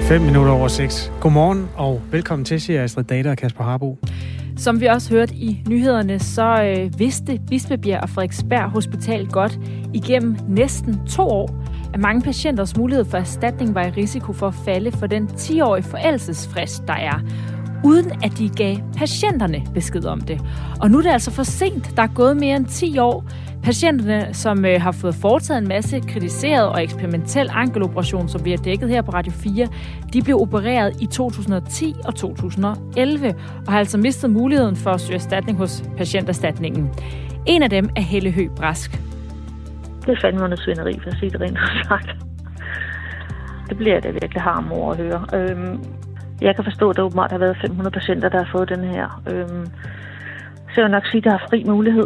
5:05. Godmorgen og velkommen til, siger Astrid Date og Kasper Harbo. Som vi også hørte i nyhederne, så vidste Bispebjerg og Frederiksberg Hospital godt igennem næsten 2 år, at mange patienters mulighed for erstatning var i risiko for at falde for den 10-årige forældelsesfrist, der er, uden at de gav patienterne besked om det. Og nu er det altså for sent. Der er gået mere end 10 år. Patienterne, som har fået foretaget en masse kritiseret og eksperimentel ankeloperation, som vi har dækket her på Radio 4, de blev opereret i 2010 og 2011, og har altså mistet muligheden for at søge erstatning hos Patienterstatningen. En af dem er Helle Høgh Brask. Det er fandme noget svineri, for at sige det rent sagt. Det bliver jeg da virkelig harm over at høre. Jeg kan forstå, at der åbenbart har været 500 patienter, der har fået den her. Så jeg vil nok sige, at der har fri mulighed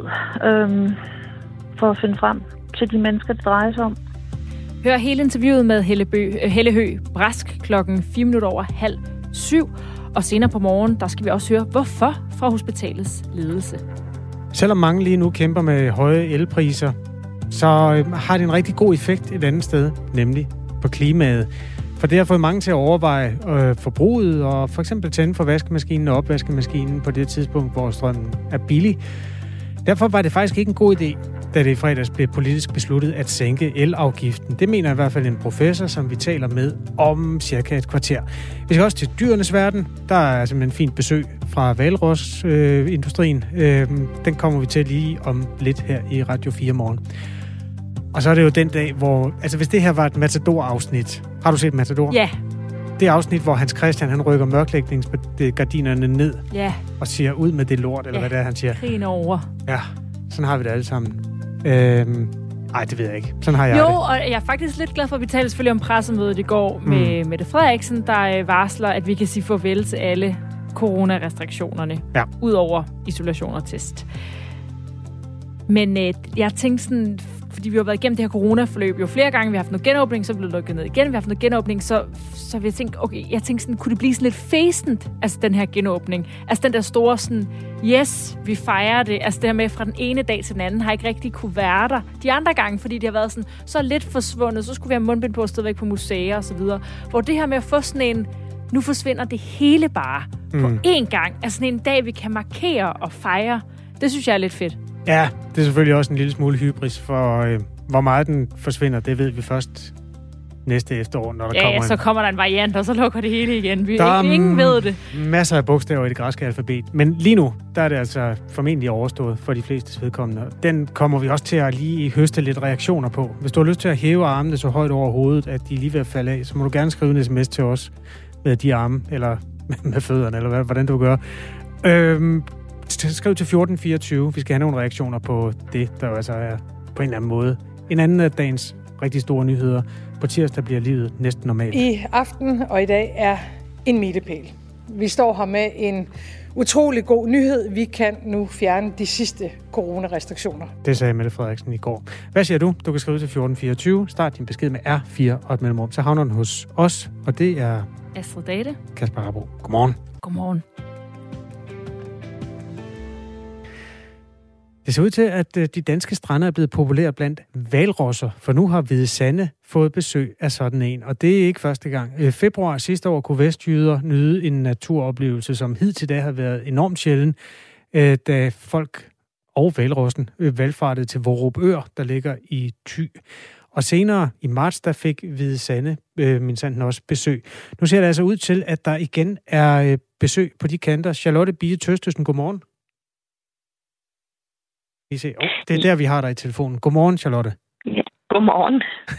for at finde frem til de mennesker, det drejer sig om. Hør hele interviewet med Helle Høgh Brask 6:05. Og senere på morgen, der skal vi også høre, hvorfor fra hospitalets ledelse. Selvom mange lige nu kæmper med høje elpriser, så har det en rigtig god effekt et andet sted, nemlig på klimaet. For det har fået mange til at overveje forbruget og for eksempel tænde for vaskemaskinen og opvaskemaskinen på det tidspunkt, hvor strømmen er billig. Derfor var det faktisk ikke en god idé, da det i fredags blev politisk besluttet at sænke elafgiften. Det mener i hvert fald en professor, som vi taler med om cirka et kvarter. Vi skal også til dyrenes verden. Der er simpelthen en fint besøg fra hvalrosindustrien. Den kommer vi til lige om lidt her i Radio 4 morgen. Og så er det jo den dag, hvor... Altså, hvis det her var et Matador-afsnit... Har du set Matador? Ja. Det afsnit, hvor Hans Christian, han rykker mørklægningsgardinerne ned og siger ud med det lort, eller hvad det er, han siger. Krigen over. Ja, sådan har vi det alle sammen. Ej, det ved jeg ikke. Sådan har jeg det. Jo, og jeg er faktisk lidt glad for, at vi talte selvfølgelig om pressemødet i går med Mette Frederiksen, der varsler, at vi kan sige farvel til alle coronarestriktionerne. Ja. Udover isolation og test. Men jeg tænkte sådan... Fordi vi har været igennem det her coronaforløb jo flere gange. Vi har haft noget genåbning, så blev det lukket ned igen. Vi har haft noget genåbning, så vi tænkte, okay, jeg tænkte sådan, kunne det blive sådan lidt fæsent, altså den her genåbning? Altså den der store sådan, yes, vi fejrer det. Altså det her med fra den ene dag til den anden, har ikke rigtig kunne være der. De andre gange, fordi de har været sådan, så lidt forsvundet, så skulle vi have mundbind på og stå væk på museer og så videre. Hvor det her med at få sådan en, nu forsvinder det hele bare på én gang. Altså sådan en dag, vi kan markere og fejre. Det synes jeg er lidt fedt. Ja, det er selvfølgelig også en lille smule hybris, for hvor meget den forsvinder, det ved vi først næste efterår, når der kommer så kommer der en variant, og så lukker det hele igen. Ingen ved det. Masser af bogstaver i det græske alfabet, men lige nu, der er det altså formentlig overstået for de fleste vedkommende. Den kommer vi også til at lige høste lidt reaktioner på. Hvis du har lyst til at hæve armene så højt over hovedet, at de er lige ved at falde af, så må du gerne skrive en sms til os med de arme, eller med fødderne, eller hvordan du gør. Skriv til 1424. Vi skal have nogle reaktioner på det, der altså er på en eller anden måde. En anden af dagens rigtig store nyheder. På tirsdag bliver livet næsten normalt. I aften og i dag er en milepæl. Vi står her med en utrolig god nyhed. Vi kan nu fjerne de sidste coronarestriktioner. Det sagde Mette Frederiksen i går. Hvad siger du? Du kan skrive til 1424. Start din besked med R4 og et mellemrum. Så havner den hos os, og det er... Astrid Date. Kasper Harbo. Godmorgen. Godmorgen. Det ser ud til, at de danske strande er blevet populære blandt hvalrosser, for nu har Hvide Sande fået besøg af sådan en, og det er ikke første gang. I februar sidste år kunne vestjyder nyde en naturoplevelse, som hidtil da har været enormt sjælden, da folk og hvalrossen valfartede til Vorupør, der ligger i Thy. Og senere i marts, der fik Hvide Sande minsandten også besøg. Nu ser det altså ud til, at der igen er besøg på de kanter. Charlotte Bie Tøstesen, godmorgen. Det er der, vi har dig i telefonen. Godmorgen, Charlotte. Ja, godmorgen.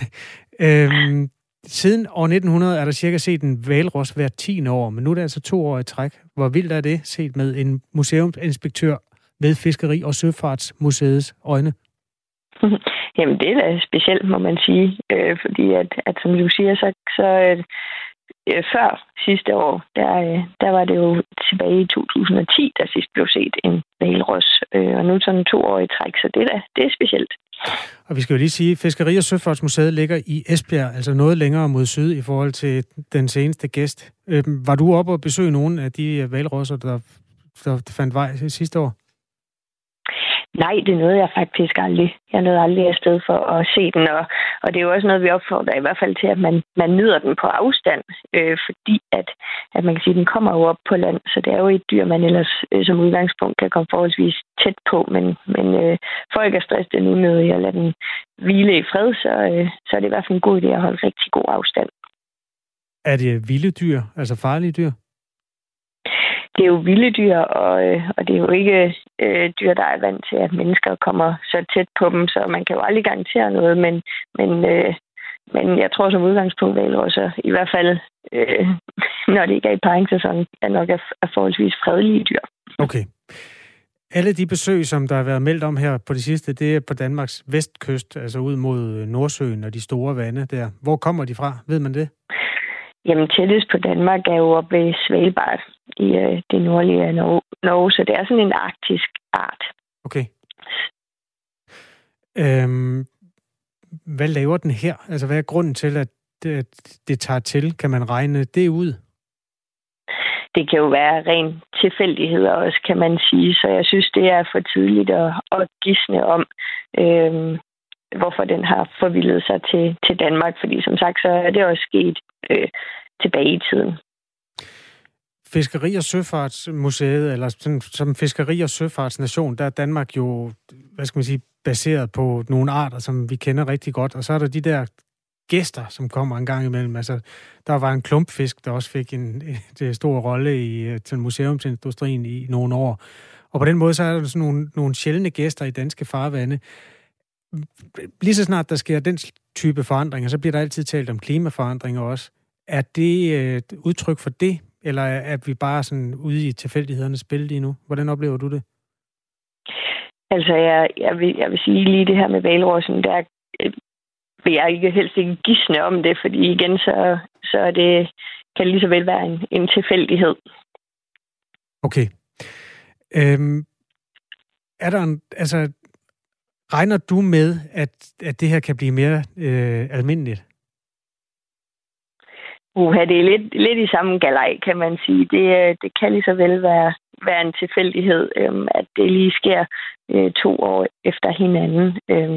Siden år 1900 er der cirka set en hvalros hver 10 år, men nu er det altså 2 år i træk. Hvor vildt er det set med en museumsinspektør ved Fiskeri- og Søfartsmuseets øjne? Jamen, det er da specielt, må man sige. Fordi at som du siger, så før sidste år, der var det jo tilbage i 2010, der sidst blev set en hvalros. Og nu sådan 2 år i træk, så det er specielt. Og vi skal jo lige sige, at Fiskeri- og Søfartsmuseet ligger i Esbjerg, altså noget længere mod syd i forhold til den seneste gæst. Var du oppe og besøge nogle af de hvalrosser, der fandt vej sidste år? Nej, det nåede jeg faktisk aldrig. Jeg nåede aldrig afsted for at se den, og det er jo også noget, vi opfordrer i hvert fald til, at man nyder den på afstand, fordi at man kan sige, at den kommer jo op på land, så det er jo et dyr, man ellers som udgangspunkt kan komme forholdsvis tæt på, men for ikke at stresse den unødigt og lade den hvile i fred, så er det i hvert fald en god idé at holde rigtig god afstand. Er det vilde dyr, altså farlige dyr? Det er jo vilde dyr, og det er jo ikke dyr, der er vant til, at mennesker kommer så tæt på dem, så man kan jo aldrig garantere noget, men jeg tror som udgangspunkt, hvalrosser i hvert fald, når det ikke er i parringssæsonen, er nok er forholdsvis fredelige dyr. Okay. Alle de besøg, som der har været meldt om her på det sidste, det er på Danmarks vestkyst, altså ud mod Nordsøen og de store vande der. Hvor kommer de fra? Ved man det? Jamen, tættest på Danmark er jo oppe ved Svalbard i det nordlige af Norge, så det er sådan en arktisk art. Okay. Hvad laver den her? Altså, hvad er grunden til, at det tager til? Kan man regne det ud? Det kan jo være ren tilfældigheder også, kan man sige. Så jeg synes, det er for tidligt at gisne om, hvorfor den har forvildet sig til Danmark. Fordi som sagt, så er det også sket tilbage i tiden. Fiskeri- og Søfartsmuseet, eller som fiskeri- og søfartsnation, der er Danmark jo, hvad skal man sige, baseret på nogle arter, som vi kender rigtig godt. Og så er der de der gæster, som kommer en gang imellem. Altså, der var en klumpfisk, der også fik en stor rolle i museumsindustrien i nogle år. Og på den måde, så er der sådan nogle sjældne gæster i danske farvande. Lige så snart der sker den type forandringer, så bliver der altid talt om klimaforandringer også. Er det et udtryk for det, eller er vi bare sådan ude i tilfældighedernes spil lige nu? Hvordan oplever du det? Altså, jeg vil sige lige det her med hvalrossen, der vil jeg ikke helst ikke gisne om det, fordi igen, så er det, kan det lige så vel være en tilfældighed. Okay. Er der regner du med, at det her kan blive mere almindeligt? Det er lidt i samme galej, kan man sige. Det kan lige så vel være en tilfældighed, at det lige sker 2 år efter hinanden.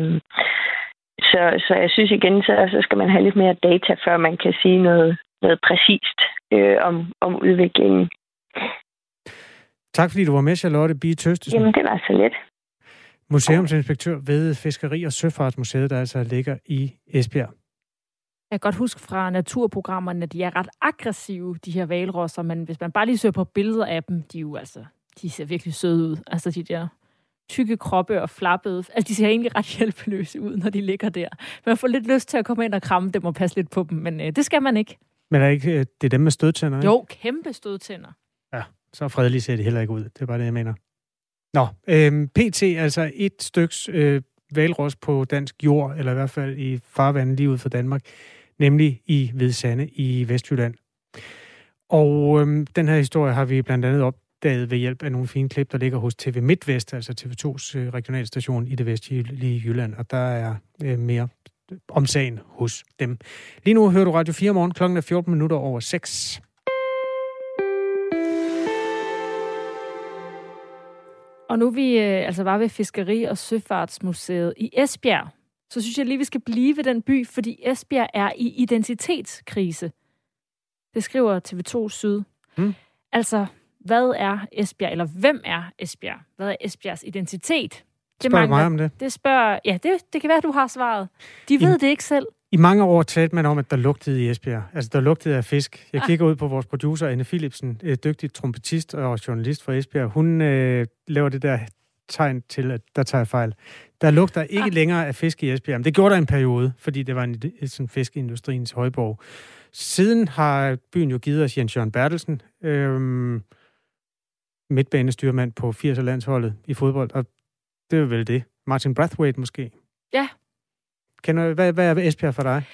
Så jeg synes igen, så skal man have lidt mere data, før man kan sige noget præcist om udviklingen. Tak fordi du var med, Charlotte Bie Tøstesen. Jamen, det var så lidt. Museumsinspektør ved Fiskeri- og Søfartsmuseet, der altså ligger i Esbjerg. Jeg kan godt huske fra naturprogrammerne, at de er ret aggressive, de her hvalrosser, men hvis man bare lige søger på billeder af dem, de ser virkelig søde ud. Altså de der tykke kroppe og flappede. Altså de ser egentlig ret hjælpeløse ud, når de ligger der. Man får lidt lyst til at komme ind og kramme dem og passe lidt på dem, men det skal man ikke. Men det er dem med stødtænder, ikke? Jo, kæmpe stødtænder. Ja, så fredeligt ser det heller ikke ud. Det er bare det, jeg mener. Nå, PT, altså et styks hvalros på dansk jord, eller i hvert fald i farvandet lige ud for Danmark, nemlig i Hvidsande i Vestjylland. Og den her historie har vi blandt andet opdaget ved hjælp af nogle fine klip, der ligger hos TV MidtVest, altså TV2's regionalstation i det vestlige Jylland, og der er mere om sagen hos dem. Lige nu hører du Radio 4 morgen, klokken er 6:14. Og nu vi var ved Fiskeri- og Søfartsmuseet i Esbjerg, så synes jeg lige, vi skal blive ved den by, fordi Esbjerg er i identitetskrise. Det skriver TV2 Syd. Altså, hvad er Esbjerg, eller hvem er Esbjerg? Hvad er Esbjergs identitet? Spørg mig om det. Det kan være, at du har svaret. De ved det ikke selv. I mange år talte man om, at der lugtede i Esbjerg. Altså, der lugtede af fisk. Jeg kigger ud på vores producer, Anne Philipsen, dygtig trompetist og journalist fra Esbjerg. Hun laver det der tegn til, at der tager fejl. Der lugter ikke længere af fisk i Esbjerg. Men det gjorde der en periode, fordi det var sådan fiskeindustriens højborg. Siden har byen jo givet os Jens Jørgen Bertelsen, midtbanestyrmand på 80'er-landsholdet i fodbold, og det er vel det. Martin Brathwaite måske. Ja. Hvad er Esbjerg for dig?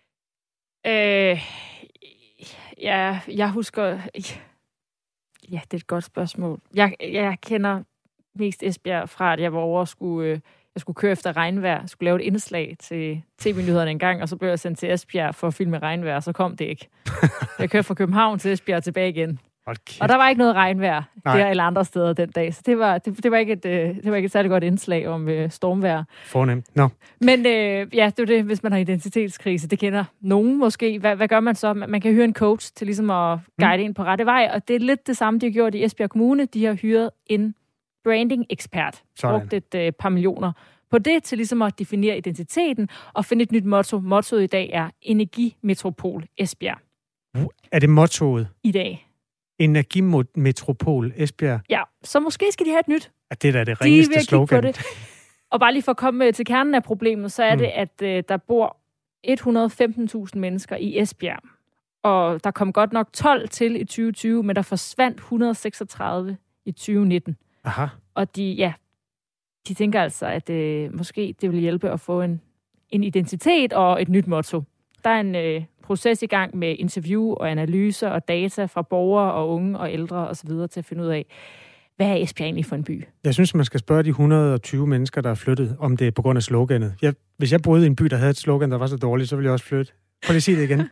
Jeg husker... Ja, det er et godt spørgsmål. Jeg kender mest Esbjerg fra, at jeg var over og skulle køre efter regnvejr. Jeg skulle lave et indslag til TV-nyhederne en gang, og så blev jeg sendt til Esbjerg for at filme regnvejr, og så kom det ikke. Jeg kørte fra København til Esbjerg tilbage igen. Og der var ikke noget regnvejr der eller andre steder den dag, så det var ikke et særligt godt indslag om stormvejr. Fornemt. No. Men det er jo det, hvis man har identitetskrise. Det kender nogen måske. Hvad gør man så? Man kan hyre en coach til ligesom at guide ind på rette vej, og det er lidt det samme, de har gjort i Esbjerg Kommune. De har hyret en branding-ekspert. Brugt et par millioner på det til ligesom at definere identiteten og finde et nyt motto. Mottoet i dag er Energimetropol Esbjerg. Er det mottoet? I dag. Energimetropol Esbjerg? Ja, så måske skal de have et nyt. Ja, det er det ringeste slogan. Det. Og bare lige for at komme til kernen af problemet, så er det, at der bor 115.000 mennesker i Esbjerg. Og der kom godt nok 12 til i 2020, men der forsvandt 136 i 2019. Aha. Og de tænker altså, at måske det vil hjælpe at få en identitet og et nyt motto. Der er en proces i gang med interview og analyser og data fra borgere og unge og ældre osv. til at finde ud af, hvad er Esbjerg egentlig for en by? Jeg synes, man skal spørge de 120 mennesker, der er flyttet, om det er på grund af sloganet. Hvis jeg boede i en by, der havde et slogan, der var så dårligt, så ville jeg også flytte. Prøv lige at sige det igen.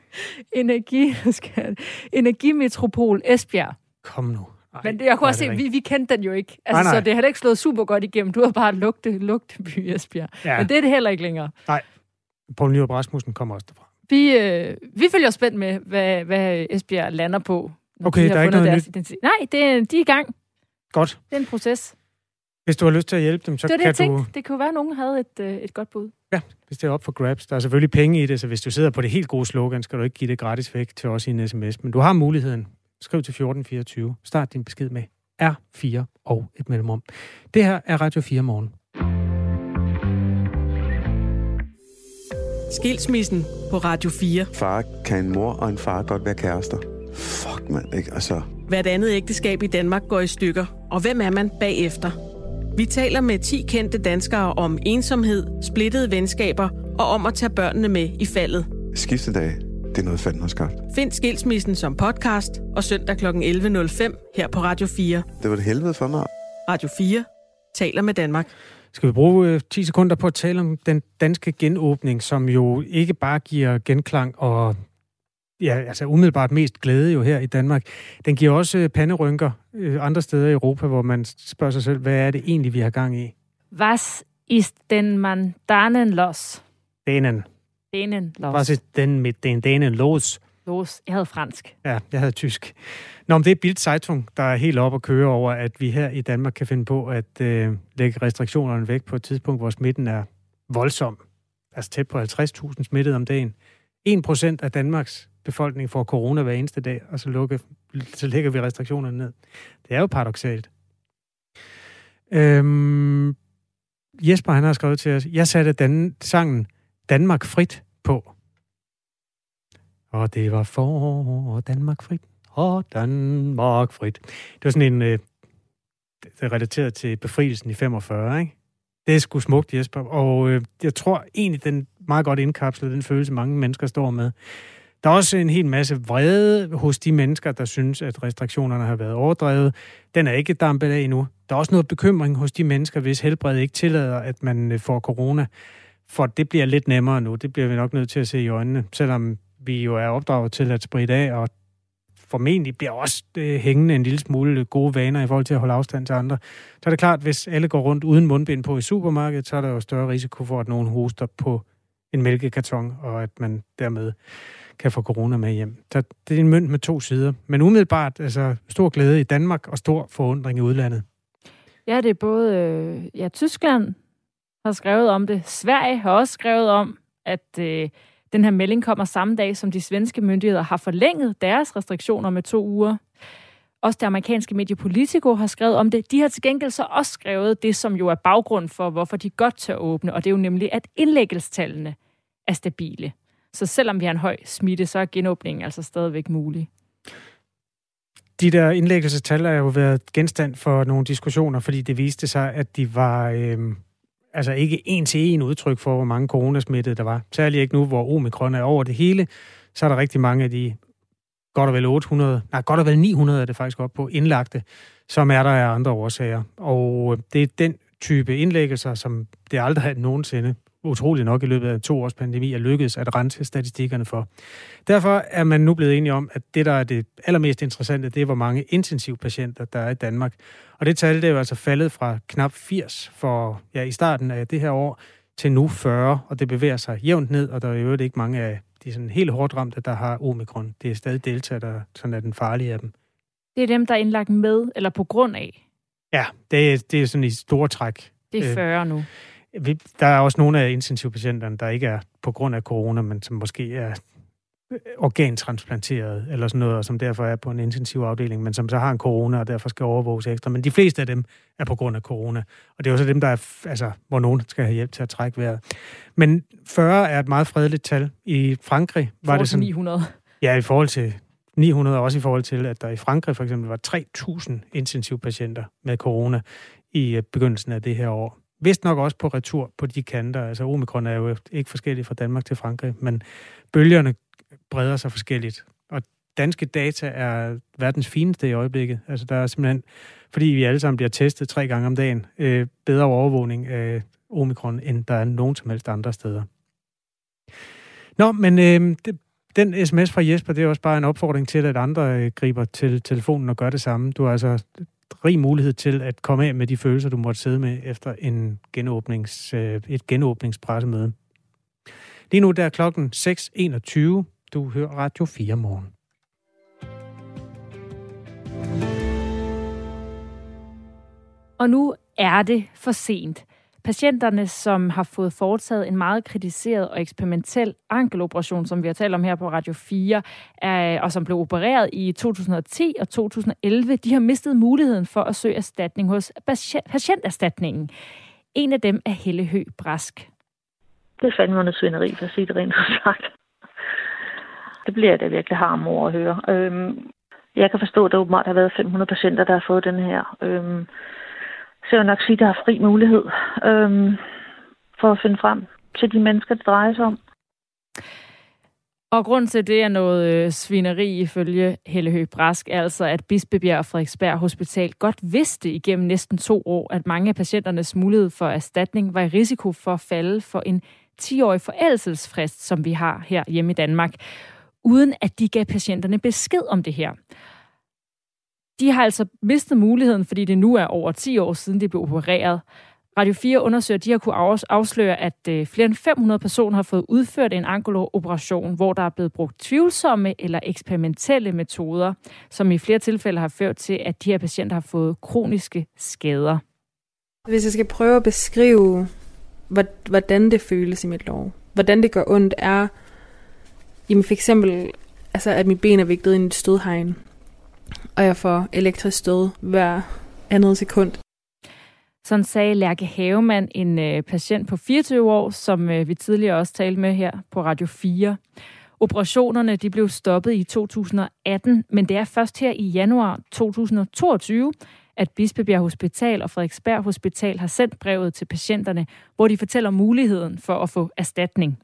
Energimetropol Esbjerg. Kom nu. Ej, men jeg kunne også se, vi kendte den jo ikke. Altså, nej. Så det har ikke slået super godt igennem. Du har bare lugteby Esbjerg. Ja. Men det er det heller ikke længere. Nej. Poul Nyrup Rasmussen kommer også derfra. Vi følger spændt med, hvad Esbjerg lander på. Okay, der er ikke noget nyt? Nej, de er i gang. Godt. Det er en proces. Hvis du har lyst til at hjælpe dem, så kan du... Det kunne være, at nogen havde et godt bud. Ja, hvis det er op for grabs. Der er selvfølgelig penge i det, så hvis du sidder på det helt gode slogan, skal du ikke give det gratis væk til os i en sms. Men du har muligheden. Skriv til 1424. Start din besked med R4 og et mellemrum. Det her er Radio 4 morgen. Skilsmissen på Radio 4. Far, kan en mor og en far godt være kærester? Fuck, mand, ikke? Altså... Hvert andet ægteskab i Danmark går i stykker. Og hvem er man bagefter? Vi taler med 10 kendte danskere om ensomhed, splittede venskaber og om at tage børnene med i faldet. Skiftedag, det er noget fanden har skabt. Find Skilsmissen som podcast og søndag kl. 11.05 her på Radio 4. Det var det helvede for mig. Radio 4 taler med Danmark. Skal vi bruge 10 sekunder på at tale om den danske genåbning, som jo ikke bare giver genklang og umiddelbart mest glæde jo her i Danmark. Den giver også panderynker andre steder i Europa, hvor man spørger sig selv, hvad er det egentlig, vi har gang i? Was ist denn man danen los? Denen los. Was ist denn mit den Dänen los? Los. Jeg havde fransk. Ja, jeg havde tysk. Nå, men det er Bild Zeitung, der er helt op at køre over, at vi her i Danmark kan finde på at lægge restriktionerne væk på et tidspunkt, hvor smitten er voldsom. Altså tæt på 50.000 smittede om dagen. 1% af Danmarks befolkning får corona hver eneste dag, og så lægger vi restriktionerne ned. Det er jo paradoksalt. Jesper, han har skrevet til os, jeg satte sangen Danmark frit på. Og det var for Danmark frit, og Danmark frit. Det var sådan en, det er relateret til befrielsen i 45, ikke? Det er sgu smukt, Jesper, og jeg tror egentlig, den meget godt indkapsler den følelse, mange mennesker står med. Der er også en hel masse vrede hos de mennesker, der synes, at restriktionerne har været overdrevet. Den er ikke dampet af endnu. Der er også noget bekymring hos de mennesker, hvis helbred ikke tillader, at man får corona. For det bliver lidt nemmere nu. Det bliver vi nok nødt til at se i øjnene. Selvom vi jo er opdraget til at spritte af, og formentlig bliver også hængende en lille smule gode vaner i forhold til at holde afstand til andre. Så er det klart, at hvis alle går rundt uden mundbind på i supermarkedet, så er der jo større risiko for, at nogen hoster på en mælkekarton, og at man dermed kan få corona med hjem. Så det er en mønt med 2 sider. Men umiddelbart, altså stor glæde i Danmark og stor forundring i udlandet. Ja, det er både... Tyskland har skrevet om det. Sverige har også skrevet om, at den her melding kommer samme dag, som de svenske myndigheder har forlænget deres restriktioner med 2 uger. Også det amerikanske medie Politico har skrevet om det. De har til gengæld så også skrevet det, som jo er baggrund for, hvorfor de godt tør åbne, og det er jo nemlig, at indlæggelsestallene er stabile. Så selvom vi har en høj smitte, så er genåbningen altså stadigvæk mulig. De der indlæggelsestal har jo været genstand for nogle diskussioner, fordi det viste sig, at de var ikke en til en udtryk for, hvor mange coronasmittede der var. Særligt ikke nu, hvor omikron er over det hele. Så er der rigtig mange af de godt og vel 900 er det faktisk op på indlagte, som er der af andre årsager. Og det er den type indlæggelser, som det aldrig nogensinde utroligt nok i løbet af 2 års pandemi er lykkedes at rense statistikkerne for. Derfor er man nu blevet enige om, at det, der er det allermest interessante, det er, hvor mange intensivpatienter, der er i Danmark. Og det tal, det er jo altså faldet fra knap 80 i starten af det her år til nu 40, og det bevæger sig jævnt ned, og der er jo ikke mange af de sådan helt hårdt ramte, der har omikron. Det er stadig Delta, der sådan er den farlige af dem. Det er dem, der er indlagt med, eller på grund af? Ja, det er sådan i store træk. Det er 40 nu. Der er også nogle af intensivpatienterne, der ikke er på grund af corona, men som måske er organtransplanteret eller sådan noget, og som derfor er på en intensivafdeling, men som så har en corona, og derfor skal overvåges ekstra. Men de fleste af dem er på grund af corona. Og det er jo så dem, der er, hvor nogen skal have hjælp til at trække vejret. Men 40 er et meget fredeligt tal. I Frankrig var det sådan... 900. Ja, i forhold til 900, og også i forhold til, at der i Frankrig for eksempel var 3.000 intensivpatienter med corona i begyndelsen af det her år. Vist nok også på retur på de kanter. Altså omikron er jo ikke forskelligt fra Danmark til Frankrig, men bølgerne breder sig forskelligt. Og danske data er verdens fineste i øjeblikket. Altså der er simpelthen, fordi vi alle sammen bliver testet 3 gange om dagen, bedre overvågning af omikron, end der er nogen som helst andre steder. Nå, men den sms fra Jesper, det er også bare en opfordring til, at andre griber til telefonen og gør det samme. Du har altså rig mulighed til at komme af med de følelser, du måtte sidde med efter et genåbningspressemøde. Lige nu der er klokken 6:21. Du hører Radio 4 morgen. Og nu er det for sent. Patienterne, som har fået foretaget en meget kritiseret og eksperimentel ankeloperation, som vi har talt om her på Radio 4, og som blev opereret i 2010 og 2011, de har mistet muligheden for at søge erstatning hos patienterstatningen. En af dem er Helle Høgh Brask. Det er fandme noget svineri, for at sige det rent sagt. Det bliver da virkelig harm over at høre. Jeg kan forstå, at der åbenbart har været 500 patienter, der har fået den her. Så jeg vil nok sige, at der er fri mulighed for at finde frem til de mennesker, det drejer sig om. Og grund til det er noget svineri ifølge Helle Høgh Brask, altså at Bispebjerg og Frederiksberg Hospital godt vidste igennem næsten 2 år, at mange af patienternes mulighed for erstatning var i risiko for at falde for en 10-årig forældelsesfrist, som vi har her hjemme i Danmark, uden at de gav patienterne besked om det her. De har altså mistet muligheden, fordi det nu er over 10 år siden, de blev opereret. Radio 4 undersøger, at de har kunne afsløre, at flere end 500 personer har fået udført en ankeloperation, hvor der er blevet brugt tvivlsomme eller eksperimentelle metoder, som i flere tilfælde har ført til, at de her patienter har fået kroniske skader. Hvis jeg skal prøve at beskrive, hvordan det føles i mit lår, hvordan det gør ondt, er for eksempel, altså, at mit ben er vigtet i et stødhegn, og jeg får elektrisk stød hver andet sekund. Sådan sagde Lærke Havemann, en patient på 24 år, som vi tidligere også talte med her på Radio 4. Operationerne de blev stoppet i 2018, men det er først her i januar 2022, at Bispebjerg Hospital og Frederiksberg Hospital har sendt brevet til patienterne, hvor de fortæller muligheden for at få erstatning.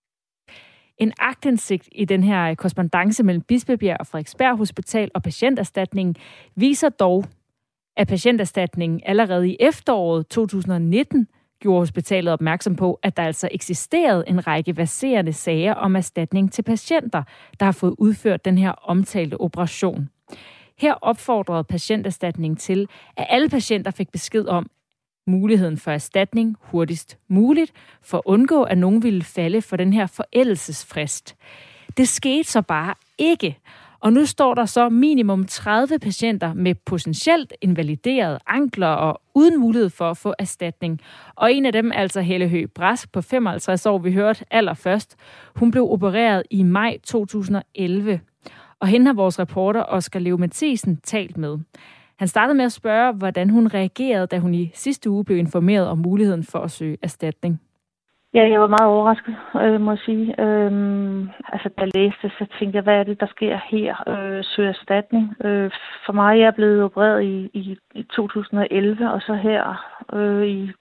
En aktindsigt i den her korrespondance mellem Bispebjerg og Frederiksberg Hospital og patienterstatningen viser dog, at patienterstatningen allerede i efteråret 2019 gjorde hospitalet opmærksom på, at der altså eksisterede en række verserende sager om erstatning til patienter, der har fået udført den her omtalte operation. Her opfordrede patienterstatningen til, at alle patienter fik besked om muligheden for erstatning hurtigst muligt, for at undgå, at nogen ville falde for den her forældelsesfrist. Det skete så bare ikke. Og nu står der så minimum 30 patienter med potentielt invaliderede ankler og uden mulighed for at få erstatning. Og en af dem, altså Helle Høgh Brask på 55 år, vi hørte allerførst. Hun blev opereret i maj 2011. Og hende har vores reporter Oscar Leo Mathisen talt med. Han startede med at spørge, hvordan hun reagerede, da hun i sidste uge blev informeret om muligheden for at søge erstatning. Ja, jeg var meget overrasket, må jeg sige. Da jeg læste, så tænkte jeg, hvad er det, der sker her? Søge erstatning. For mig jeg er blevet opereret i 2011, og så her i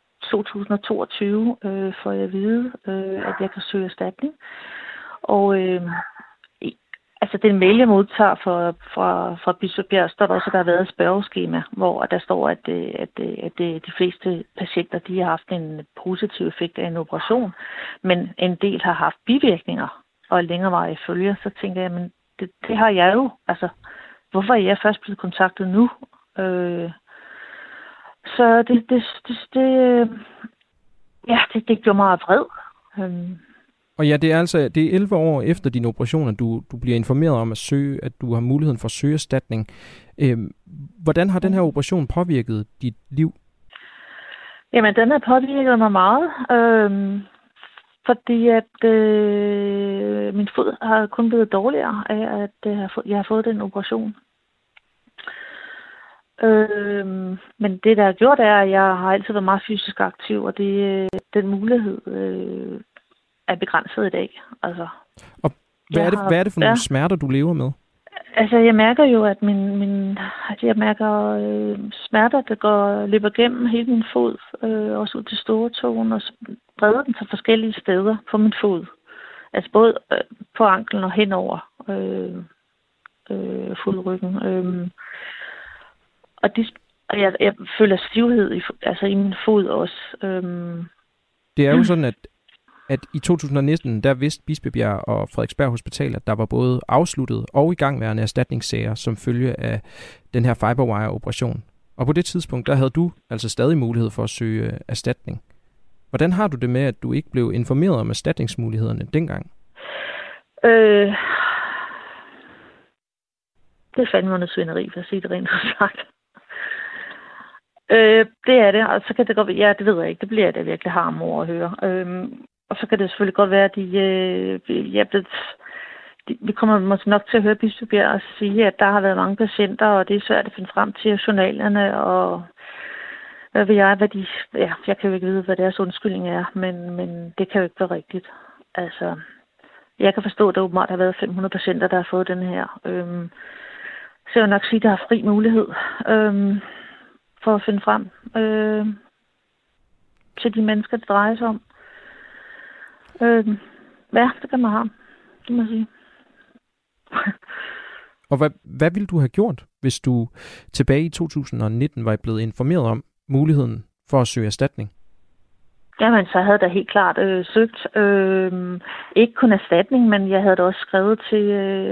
2022 får jeg at vide, at jeg kan søge erstatning. Og Altså, den mail, jeg modtager fra Bispebjerg, står der også, at der har været et spørgeskema, hvor der står, at de fleste patienter, de har haft en positiv effekt af en operation, men en del har haft bivirkninger og længerevarige følger. Så tænker jeg, men det har jeg jo. Altså, hvorfor er jeg først blevet kontaktet nu? Så det gjorde mig vred. Og ja, det er 11 år efter din operation, at du bliver informeret om at du har muligheden for at søge erstatning. Hvordan har den her operation påvirket dit liv? Jamen, den har påvirket mig meget, fordi at min fod har kun blevet dårligere af, at jeg har fået den operation. Men det, der har gjort, er, at jeg har altid været meget fysisk aktiv, og den mulighed er begrænset i dag. Altså, og hvad er det for nogle smerter, du lever med? Altså, jeg mærker jo, at jeg mærker smerter, der løber gennem hele min fod, også ud til storetåen, og så breder den sig forskellige steder på min fod. Altså både på anklen og henover fodryggen. Og jeg føler stivhed i min fod også. Det er jo sådan, at i 2019, der vidste Bispebjerg og Frederiksberg Hospital, at der var både afsluttet og igangværende erstatningssager som følge af den her fiberwire-operation. Og på det tidspunkt, der havde du altså stadig mulighed for at søge erstatning. Hvordan har du det med, at du ikke blev informeret om erstatningsmulighederne dengang? Det er fandme noget svineri, for at sige det rent sagt. Det er det, og så kan det godt være, ja, det ved jeg ikke, det bliver det virkelig harm over at høre. Og så kan det selvfølgelig godt være, at vi kommer måske nok til at høre Bispebjerg og sige, at der har været mange patienter, og det er svært at finde frem til journalerne, og hvad ved jeg, jeg kan jo ikke vide, hvad deres undskyldning er, men det kan jo ikke være rigtigt. Altså, jeg kan forstå, at der åbenbart har været 500 patienter, der har fået den her. Så jeg vil nok sige, at der har fri mulighed for at finde frem til de mennesker, det drejer sig om. Ja, det kan man have, det må jeg sige. Og hvad ville du have gjort, hvis du tilbage i 2019 var blevet informeret om muligheden for at søge erstatning? Jamen, så havde jeg da helt klart søgt. Ikke kun erstatning, men jeg havde da også skrevet til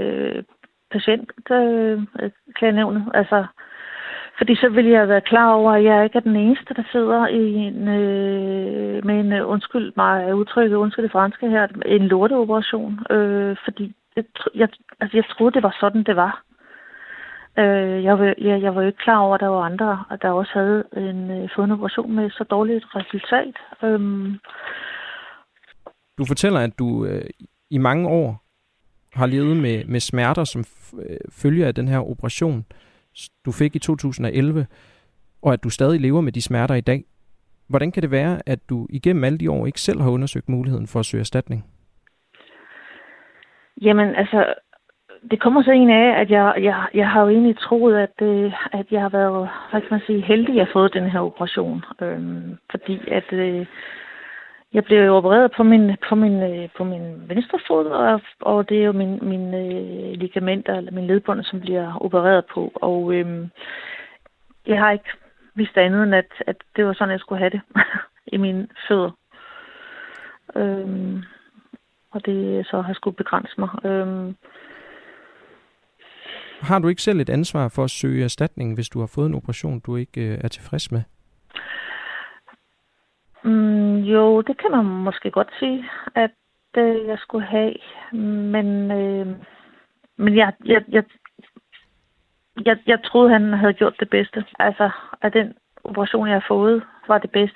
patientklagenævnet. Altså, fordi så ville jeg være klar over, at jeg ikke er den eneste, der sidder med en undskyld mig udtrykket, undskyld det franske her, en lorteoperation. Fordi jeg troede, det var sådan, det var. Jeg var jo ikke klar over, at der var andre, der også havde fået en operation med så dårligt et resultat. Du fortæller, at du i mange år har levet med smerter, som følger af den her operation, du fik i 2011, og at du stadig lever med de smerter i dag. Hvordan kan det være, at du igennem alle de år ikke selv har undersøgt muligheden for at søge erstatning? Jamen, altså, det kommer så en af, at jeg har jo egentlig troet, at jeg har været, hvad kan man sige, heldig at have fået den her operation. Fordi at jeg blev jo opereret på min venstre fod, og det er jo mine ligamenter, eller mine ledbånd, som bliver opereret på. Og jeg har ikke vidst andet end, at det var sådan, jeg skulle have det i mine fødder. Og det så har skulle begrænse mig. Har du ikke selv et ansvar for at søge erstatning, hvis du har fået en operation, du ikke er tilfreds med? Jo, det kan man måske godt sige, at jeg skulle have. Men jeg troede, han havde gjort det bedste. Altså, at den operation, jeg har fået, var det bedste,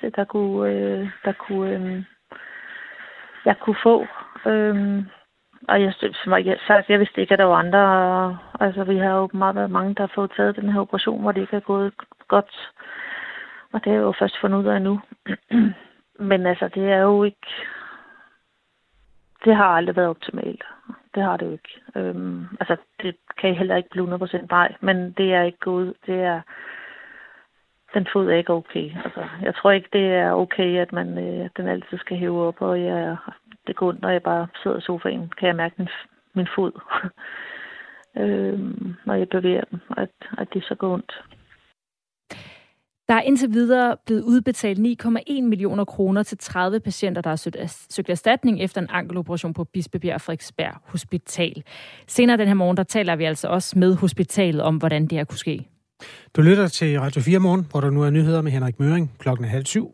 jeg kunne få. Og jeg vidste ikke, at der var andre. Altså, vi har åbenbart været mange, der har fået taget den her operation, hvor det ikke er gået godt. Og det er jo først fundet ud af nu. Men altså, det er jo ikke... Det har aldrig været optimalt. Det har det jo ikke. Altså, det kan heller ikke blive 100% nej, men det er ikke gået. Det er... Den fod er ikke okay. Altså, jeg tror ikke, det er okay, at den altid skal hæve op, og det går ondt, når jeg bare sidder i sofaen. Kan jeg mærke min fod. når jeg bevæger dem, at det så går ondt. Der er indtil videre blevet udbetalt 9,1 millioner kroner til 30 patienter, der har søgt erstatning efter en ankeloperation på Bispebjerg og Frederiksberg Hospital. Senere den her morgen, der taler vi altså også med hospitalet om, hvordan det her kunne ske. Du lytter til Radio 4 Morgen, hvor der nu er nyheder med Henrik Møring. 6:30.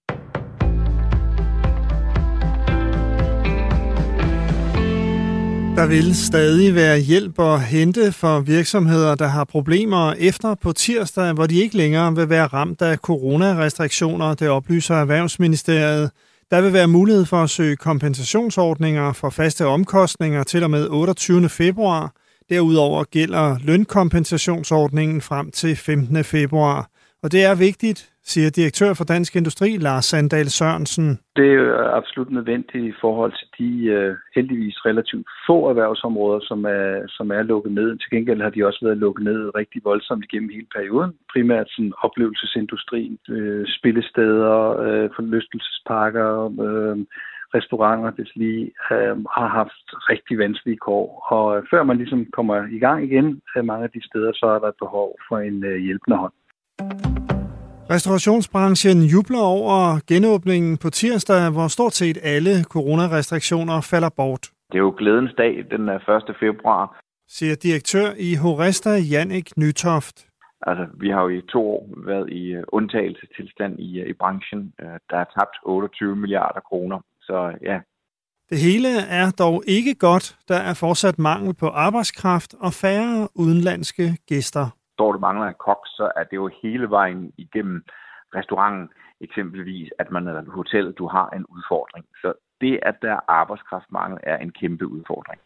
Der vil stadig være hjælp at hente for virksomheder, der har problemer efter på tirsdag, hvor de ikke længere vil være ramt af coronarestriktioner, det oplyser Erhvervsministeriet. Der vil være mulighed for at søge kompensationsordninger for faste omkostninger til og med 28. februar. Derudover gælder lønkompensationsordningen frem til 15. februar. Og det er vigtigt, siger direktør for Dansk Industri, Lars Sandahl Sørensen. Det er jo absolut nødvendigt i forhold til de heldigvis relativt få erhvervsområder, som er lukket ned. Til gengæld har de også været lukket ned rigtig voldsomt igennem hele perioden. Primært sådan oplevelsesindustrien, spillesteder, forlystelsesparker, restauranter, det lige har haft rigtig vanskelige kår. Og før man ligesom kommer i gang igen mange af de steder, så er der et behov for en hjælpende hånd. Restaurationsbranchen jubler over genåbningen på tirsdag, hvor stort set alle coronarestriktioner falder bort. Det er jo glædens dag, den 1. februar. Siger direktør i Horesta, Jannik Nytoft. Altså, vi har jo i 2 år været i undtagelsestilstand i branchen. Der er tabt 28 milliarder kroner, så ja. Det hele er dog ikke godt. Der er fortsat mangel på arbejdskraft og færre udenlandske gæster. Står du mangler en kok, så er det jo hele vejen igennem restauranten, eksempelvis, at man er hotellet, du har en udfordring. Så det, at der er arbejdskraftmangel, er en kæmpe udfordring.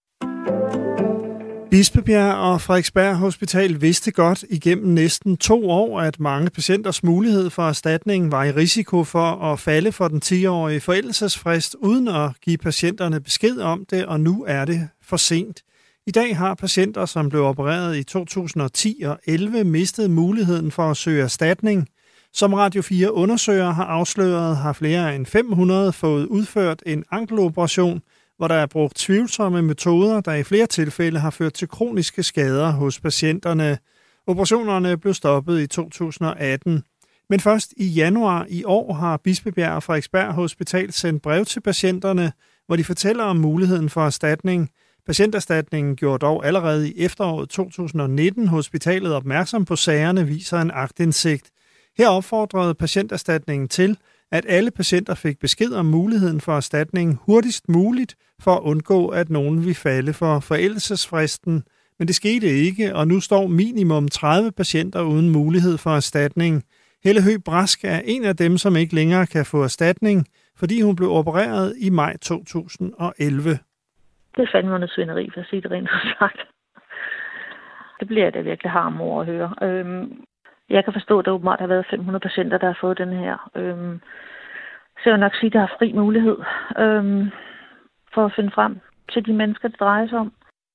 Bispebjerg og Frederiksberg Hospital vidste godt igennem næsten 2 år, at mange patienters mulighed for erstatning var i risiko for at falde for den 10-årige forældelsesfrist, uden at give patienterne besked om det, og nu er det for sent. I dag har patienter, som blev opereret i 2010 og 11, mistet muligheden for at søge erstatning. Som Radio 4 undersøger har afsløret, har flere end 500 fået udført en ankeloperation, hvor der er brugt tvivlsomme metoder, der i flere tilfælde har ført til kroniske skader hos patienterne. Operationerne blev stoppet i 2018. Men først i januar i år har Bispebjerg og Frederiksberg Hospital sendt brev til patienterne, hvor de fortæller om muligheden for erstatning. Patienterstatningen gjorde dog allerede i efteråret 2019 hospitalet opmærksom på sagerne, viser en aktindsigt. Her opfordrede patienterstatningen til, at alle patienter fik besked om muligheden for erstatning hurtigst muligt, for at undgå, at nogen ville falde for forældelsesfristen. Men det skete ikke, og nu står minimum 30 patienter uden mulighed for erstatning. Helle Høgh Brask er en af dem, som ikke længere kan få erstatning, fordi hun blev opereret i maj 2011. Det er fandme noget svineri, for at sige det rent sagt. Det bliver jeg da virkelig harm over at høre. Jeg kan forstå, at der åbenbart har været 500 patienter, der har fået den her. Så jeg vil nok sige, at der er fri mulighed for at finde frem til de mennesker, det drejer sig om.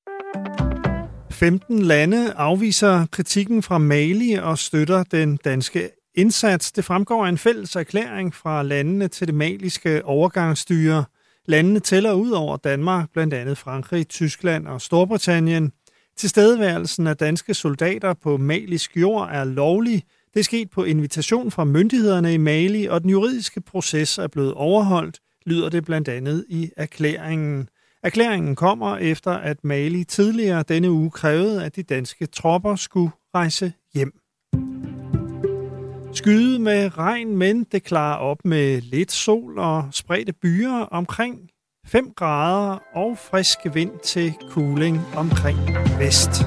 15 lande afviser kritikken fra Mali og støtter den danske indsats. Det fremgår af en fælles erklæring fra landene til det maliske overgangsstyre. Landene tæller ud over Danmark, blandt andet Frankrig, Tyskland og Storbritannien. Tilstedeværelsen af danske soldater på malisk jord er lovlig. Det er sket på invitation fra myndighederne i Mali, og den juridiske proces er blevet overholdt, lyder det blandt andet i erklæringen. Erklæringen kommer efter, at Mali tidligere denne uge krævede, at de danske tropper skulle rejse hjem. Skyde med regn, men det klarer op med lidt sol og spredte byer omkring 5 grader og frisk vind til cooling omkring vest.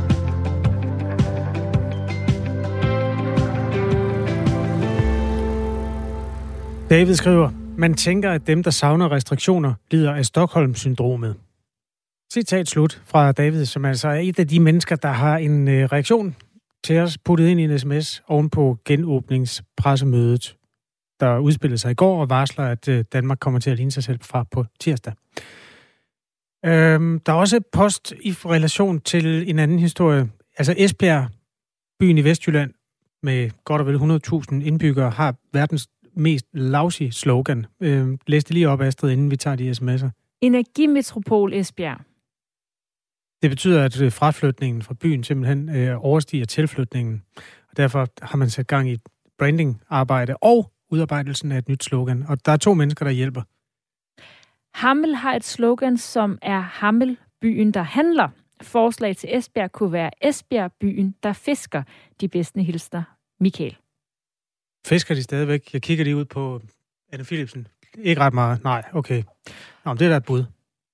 David skriver, man tænker, at dem, der savner restriktioner, lider af Stockholm-syndromet. Citat slut fra David, som altså er et af de mennesker, der har en reaktion til os puttet ind i en sms ovenpå genåbningspressemødet, der udspillede sig i går og varsler, at Danmark kommer til at ligne sig selv fra på tirsdag. Der er også et post i relation til en anden historie. Altså Esbjerg, byen i Vestjylland, med godt og vel 100.000 indbyggere, har verdens mest lousy slogan. Læs det lige op, Astrid, inden vi tager de sms'er. Energimetropol Esbjerg. Det betyder, at fraflytningen fra byen simpelthen overstiger tilflytningen. Og derfor har man sat gang i brandingarbejde og udarbejdelsen af et nyt slogan. Og der er 2 mennesker, der hjælper. Hammel har et slogan, som er Hammel, byen, der handler. Forslag til Esbjerg kunne være Esbjerg, byen, der fisker. De bedste hilsner, Michael. Fisker de stadigvæk? Jeg kigger lige ud på Anne Philipsen. Ikke ret meget. Nej, okay. Nå, men det er da et bud.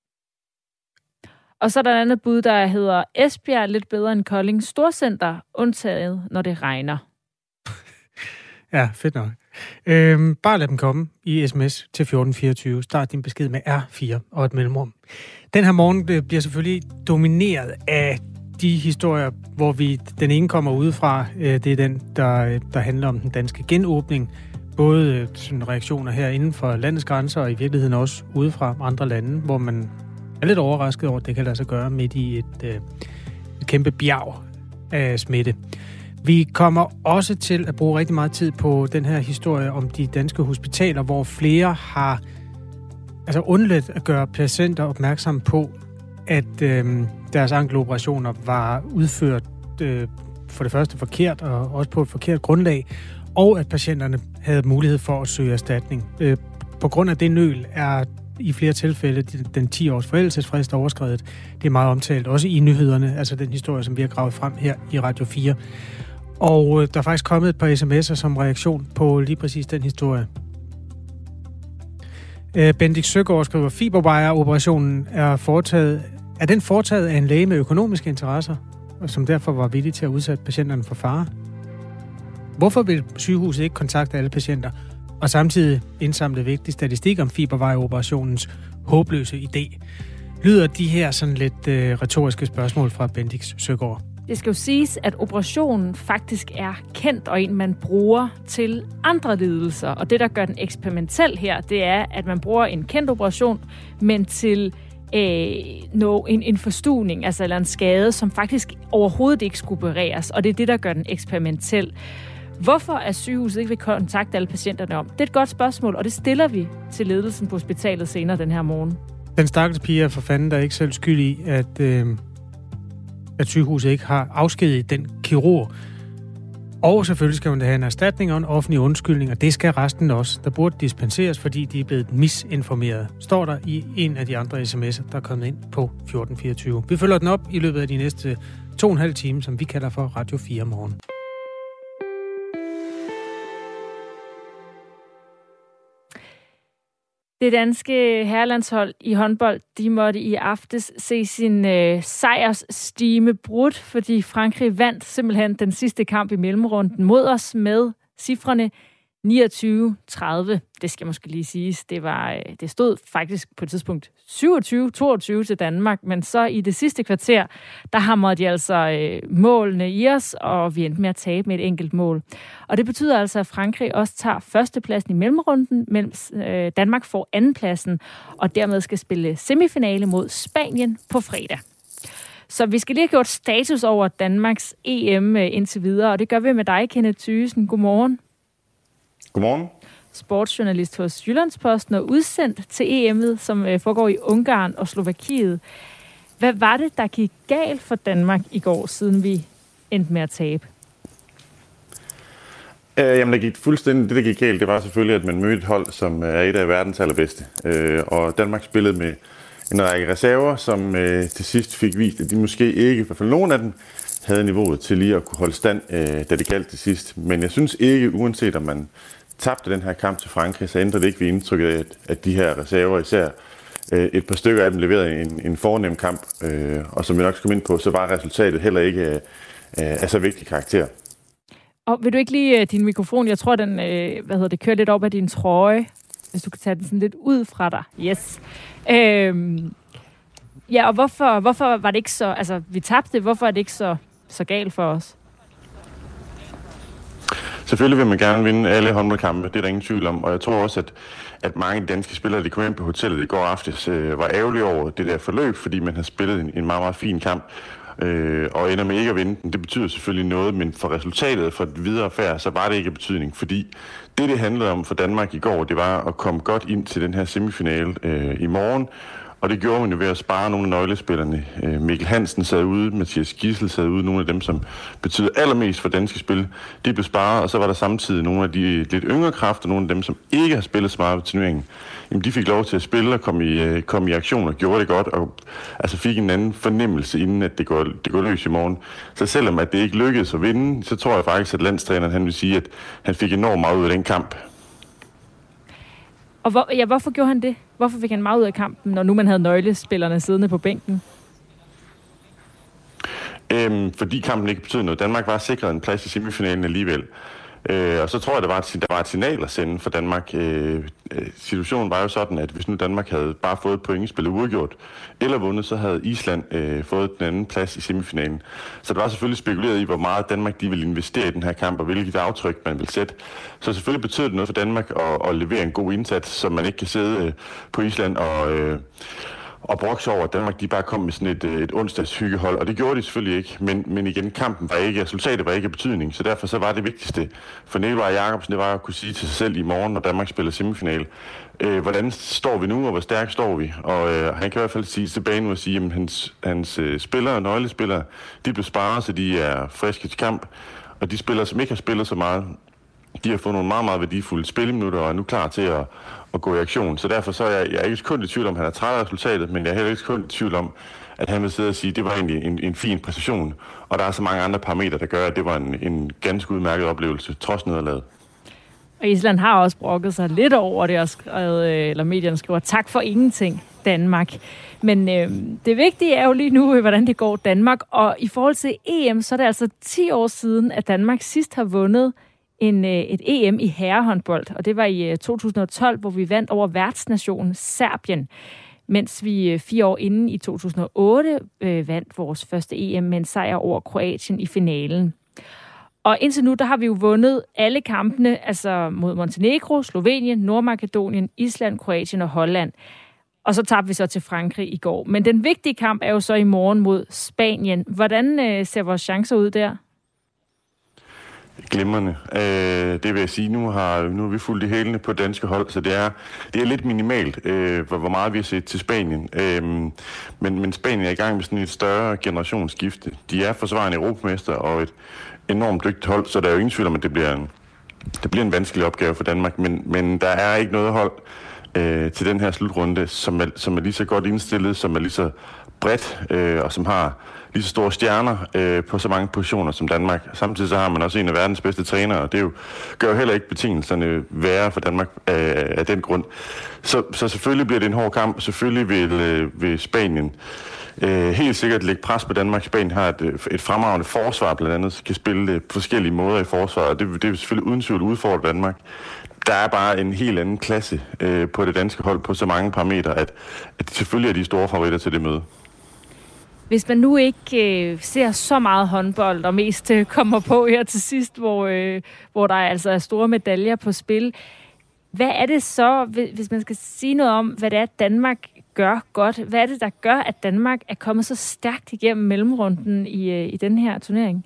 Og så er der et andet bud, der hedder Esbjerg lidt bedre end Kolding Storcenter, undtaget, når det regner. Ja, fedt nok. Bare lad dem komme i sms til 1424. Start din besked med R4 og et mellemrum. Den her morgen bliver selvfølgelig domineret af de historier, hvor den ene kommer udefra. Det er den, der handler om den danske genåbning. Både sådan reaktioner her inden for landets grænser, og i virkeligheden også udefra andre lande, hvor man er lidt overrasket over, at det kan lade sig gøre midt i et kæmpe bjerg af smitte. Vi kommer også til at bruge rigtig meget tid på den her historie om de danske hospitaler, hvor flere har undladt at gøre patienter opmærksom på, at deres ankeloperationer var udført for det første forkert, og også på et forkert grundlag, og at patienterne havde mulighed for at søge erstatning. På grund af det nøl er i flere tilfælde den 10-års forældelsesfrist overskredet. Det er meget omtalt, også i nyhederne, altså den historie, som vi har gravet frem her i Radio 4. Og der er faktisk kommet et par sms'er som reaktion på lige præcis den historie. Bendik Søgaard skriver, fiberwire-operationen er foretaget af en læge med økonomiske interesser, og som derfor var villig til at udsætte patienterne for fare. Hvorfor vil sygehuset ikke kontakte alle patienter, og samtidig indsamle vigtig statistik om fiberwire-operationens håbløse idé? Lyder de her sådan lidt retoriske spørgsmål fra Bendik Søgaard? Det skal jo siges, at operationen faktisk er kendt, og en man bruger til andre lidelser. Og det, der gør den eksperimentel her, det er, at man bruger en kendt operation, men til en forstuvning, altså eller en skade, som faktisk overhovedet ikke skulle opereres. Og det er det, der gør den eksperimentel. Hvorfor er sygehuset ikke vil kontakte alle patienterne om? Det er et godt spørgsmål, og det stiller vi til ledelsen på hospitalet senere den her morgen. Den stakkels pige er for fanden, der er ikke selv skyld i, at sygehuset ikke har afskediget den kirurg. Og selvfølgelig skal man have en erstatning og en offentlig undskyldning, og det skal resten også. Der burde dispenseres, fordi de er blevet misinformeret. Står der i en af de andre sms'er, der er kommet ind på 1424. Vi følger den op i løbet af de næste 2,5 timer, som vi kalder for Radio 4 morgen. Det danske herrelandshold i håndbold, de måtte i aftes se sin sejrsstime brudt, fordi Frankrig vandt simpelthen den sidste kamp i mellemrunden mod os med cifrene 29-30. Det skal måske lige siges. Det stod faktisk på et tidspunkt 27-22 til Danmark, men så i det sidste kvarter, der hamrede de altså målene i os, og vi endte med at tabe med et enkelt mål. Og det betyder altså, at Frankrig også tager førstepladsen i mellemrunden, mens Danmark får andenpladsen, og dermed skal spille semifinale mod Spanien på fredag. Så vi skal lige have gjort status over Danmarks EM indtil videre, og det gør vi med dig, Kenneth Thygesen. Godmorgen. Godmorgen. Sportsjournalist hos Jyllandsposten og udsendt til EM'et, som foregår i Ungarn og Slovakiet. Hvad var det, der gik galt for Danmark i går, siden vi endte med at tabe? Jamen, det der gik galt, det var selvfølgelig, at man mødte et hold, som er et af verdens allerbedste. Og Danmark spillede med en række reserver, som til sidst fik vist, at de måske ikke, i hvert fald nogen af dem, havde niveauet til lige at kunne holde stand, da det galt til sidst. Men jeg synes ikke, uanset om man tabte den her kamp til Frankrig, så ændrede det ikke ved indtrykket af, at de her reserver, især et par stykker af dem, leverede en fornem kamp. Og som vi nok skal komme ind på, så var resultatet heller ikke af så vigtig karakter. Og vil du ikke lige din mikrofon? Jeg tror, den kører lidt op af din trøje, hvis du kan tage den sådan lidt ud fra dig. Yes. Ja, og hvorfor var det ikke så... Altså, vi tabte. Hvorfor er det ikke så galt for os? Selvfølgelig vil man gerne vinde alle håndboldkampe, det er der ingen tvivl om. Og jeg tror også, at mange danske spillere, de kom ind på hotellet i går aftes, var ærgerlige over det der forløb, fordi man har spillet en meget, meget fin kamp. Og ender med ikke at vinde den. Det betyder selvfølgelig noget, men for resultatet, for det videre færd, så var det ikke af betydning. Fordi det handlede om for Danmark i går, det var at komme godt ind til den her semifinale i morgen. Og det gjorde man jo ved at spare nogle af nøglespillerne. Mikkel Hansen sad ude, Mathias Gidsel sad ude, nogle af dem, som betyder allermest for danske spil. De blev sparet, og så var der samtidig nogle af de lidt yngre kræfter, nogle af dem, som ikke har spillet så meget ved turneringen. Jamen, de fik lov til at spille og komme i aktion og gjorde det godt, og altså fik en anden fornemmelse, inden at det går løs i morgen. Så selvom at det ikke lykkedes at vinde, så tror jeg faktisk, at landstræneren han vil sige, at han fik enormt meget ud af den kamp. Og hvorfor gjorde han det? Hvorfor fik han meget ud af kampen, når nu man havde nøglespillerne siddende på bænken? Fordi kampen ikke betød noget. Danmark var sikret en plads i semifinalen alligevel. Og så tror jeg, der var et signal at sende for Danmark. Situationen var jo sådan, at hvis nu Danmark havde bare fået et point, spillet uafgjort, eller vundet, så havde Island fået den anden plads i semifinalen. Så der var selvfølgelig spekuleret i, hvor meget Danmark de ville investere i den her kamp, og hvilket aftryk man ville sætte. Så selvfølgelig betød det noget for Danmark at levere en god indsats, så man ikke kan sidde på Island og brokse over, at Danmark de bare kom med sådan et onsdagshyggehold, og det gjorde de selvfølgelig ikke, men igen, resultatet var ikke af betydning, så derfor så var det vigtigste for Nikolaj Jakobsen, det var at kunne sige til sig selv i morgen, når Danmark spiller semifinal, hvordan står vi nu, og hvor stærkt står vi, og han kan i hvert fald sige tilbage nu og sige, at hans spillere, nøglespillere, de blev sparet, så de er friske til kamp, og de spillere, som ikke har spillet så meget, de har fået nogle meget, meget værdifulde spilleminutter og er nu klar til at gå i aktion. Så derfor så er jeg ikke kun i tvivl om, at han er træt af resultatet, men jeg er heller ikke kun i tvivl om, at han vil sidde og sige, at det var egentlig en fin præstation. Og der er så mange andre parametre, der gør, at det var en ganske udmærket oplevelse, trods nederlaget. Og Island har også brokket sig lidt over det, og skrevet, eller medierne skriver, tak for ingenting, Danmark. Men det vigtige er jo lige nu, hvordan det går Danmark. Og i forhold til EM, så er det altså 10 år siden, at Danmark sidst har vundet et EM i herrehåndbold, og det var i 2012, hvor vi vandt over værtsnationen Serbien, mens vi 4 år inden i 2008 vandt vores første EM med en sejr over Kroatien i finalen. Og indtil nu, der har vi jo vundet alle kampene, altså mod Montenegro, Slovenien, Nordmakedonien, Island, Kroatien og Holland. Og så tabte vi så til Frankrig i går. Men den vigtige kamp er jo så i morgen mod Spanien. Hvordan ser vores chancer ud der? Glimrende. Det vil jeg sige, nu har vi fulgt i hælene på danske hold, så det er lidt minimalt, hvor meget vi har set til Spanien. Men Spanien er i gang med sådan et større generationsskifte. De er forsvarende europamester og et enormt dygtigt hold, så der er jo ingen tvivl om, at det bliver en vanskelig opgave for Danmark, men der er ikke noget hold til den her slutrunde, som er lige så godt indstillet, som er lige så bredt, og som har lige så store stjerner på så mange positioner som Danmark. Samtidig så har man også en af verdens bedste trænere, og det gør jo heller ikke betingelserne værre for Danmark af den grund. Så selvfølgelig bliver det en hård kamp. Selvfølgelig vil Spanien helt sikkert lægge pres på Danmark. Spanien har et fremragende forsvar, blandt andet kan spille på forskellige måder i forsvaret, og det vil selvfølgelig uden tvivl udfordre Danmark. Der er bare en helt anden klasse på det danske hold på så mange parametre, at selvfølgelig er de store favoritter til det møde. Hvis man nu ikke ser så meget håndbold, og mest kommer på her til sidst, hvor der altså er store medaljer på spil, hvad er det så, hvis man skal sige noget om, hvad det er, Danmark gør godt? Hvad er det, der gør, at Danmark er kommet så stærkt igennem mellemrunden i den her turnering?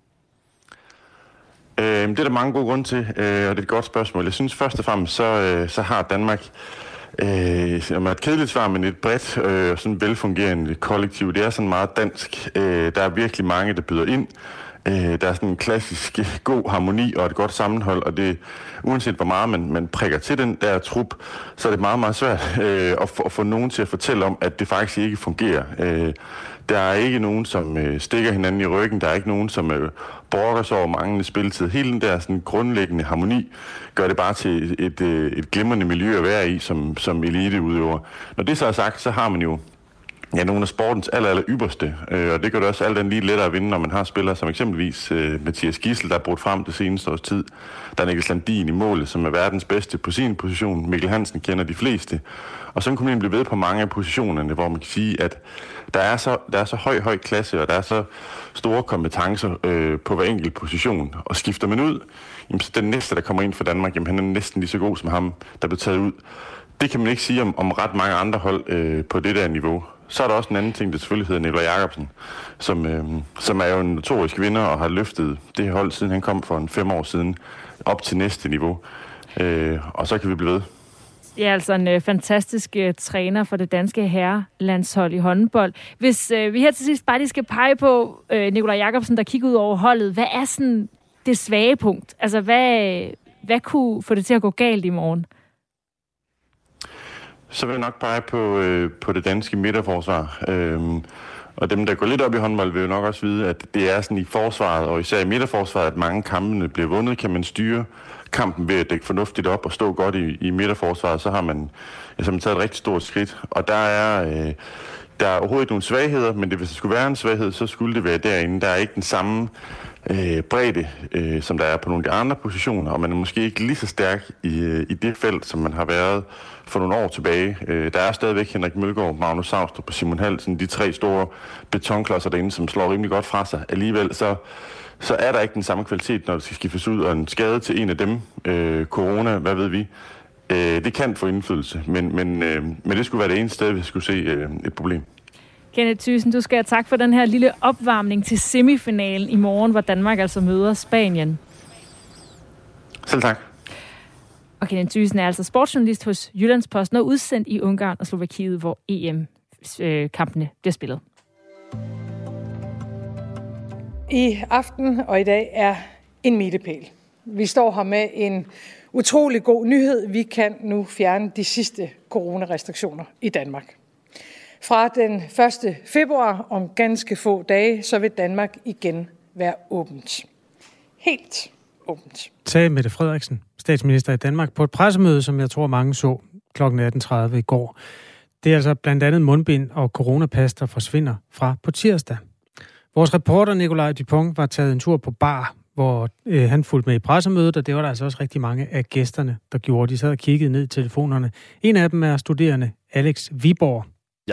Det er der mange gode grunde til, og det er et godt spørgsmål. Jeg synes først og fremmest, så har Danmark som er et kedeligt svar, men et bredt og sådan velfungerende kollektiv. Det er sådan meget dansk. Der er virkelig mange, der byder ind. Der er sådan en klassisk god harmoni og et godt sammenhold, og det uanset hvor meget man prikker til den der trup, så er det meget, meget svært at få nogen til at fortælle om, at det faktisk ikke fungerer. Der er ikke nogen, som stikker hinanden i ryggen. Der er ikke nogen, som brokker sig over manglende spilletid. Hele den der sådan grundlæggende harmoni gør det bare til et glimrende miljø at være i som eliteudøver. Når det så er sagt, så har man jo nogle af sportens aller ypperste, og det gør det også alt andet lige lettere at vinde, når man har spillere som eksempelvis Mathias Gidsel, der er brudt frem det seneste års tid. Der er Niklas Landin i målet, som er verdens bedste på sin position. Mikkel Hansen kender de fleste. Og så kunne man blive ved på mange af positionerne, hvor man kan sige, at der er så høj klasse, og der er så store kompetencer på hver enkelt position. Og skifter man ud, jamen, så den næste, der kommer ind for Danmark, jamen, han er næsten lige så god som ham, der blev taget ud. Det kan man ikke sige om ret mange andre hold på det der niveau. Så er der også en anden ting, der selvfølgelig hedder Nikolaj Jakobsen, som er jo en notorisk vinder og har løftet det hold, siden han kom for 5 år siden, op til næste niveau. Og så kan vi blive ved. Ja, altså en fantastisk træner for det danske herrelandshold i håndbold. Hvis vi her til sidst bare lige skal pege på Nikolaj Jakobsen, der kigger ud over holdet, hvad er sådan det svage punkt? Altså, hvad kunne få det til at gå galt i morgen? Så vil jeg nok pege på det danske midterforsvar. Og dem, der går lidt op i håndbold, vil jo nok også vide, at det er sådan i forsvaret, og især i midterforsvaret, at mange kampene bliver vundet. Kan man styre kampen ved at dække fornuftigt op og stå godt i midterforsvaret, så har man taget et rigtig stort skridt. Og der er overhovedet ikke nogen svagheder, men hvis det skulle være en svaghed, så skulle det være derinde. Der er ikke den samme bredde, som der er på nogle af de andre positioner, og man er måske ikke lige så stærk i det felt, som man har været for nogle år tilbage. Der er stadigvæk Henrik Mølgaard, Magnus Saustrup og Simon Halsen, de 3 store betonklodser derinde, som slår rimelig godt fra sig. Alligevel så er der ikke den samme kvalitet, når det skal skiftes ud, og en skade til en af dem, corona, hvad ved vi, det kan få indflydelse, men det skulle være det eneste sted, vi skulle se et problem. Kenneth Thyssen, du skal have tak for den her lille opvarmning til semifinalen i morgen, hvor Danmark altså møder Spanien. Selv tak. Og Kenneth Thyssen er altså sportsjournalist hos Jyllandsposten og udsendt i Ungarn og Slovakiet, hvor EM-kampene bliver spillet. I aften og i dag er en milepæl. Vi står her med en utrolig god nyhed. Vi kan nu fjerne de sidste coronarestriktioner i Danmark. Fra den 1. februar om ganske få dage, så vil Danmark igen være åbent. Helt åbent. Sagde Mette Frederiksen, statsminister i Danmark, på et pressemøde, som jeg tror mange så kl. 18.30 i går. Det er altså blandt andet mundbind og coronapas, der forsvinder fra på tirsdag. Vores reporter Nikolaj Dupont var taget en tur på bar, hvor han fulgte med i pressemødet, og det var der altså også rigtig mange af gæsterne, der gjorde. De sad og kiggede ned i telefonerne. En af dem er studerende Alex Viborg.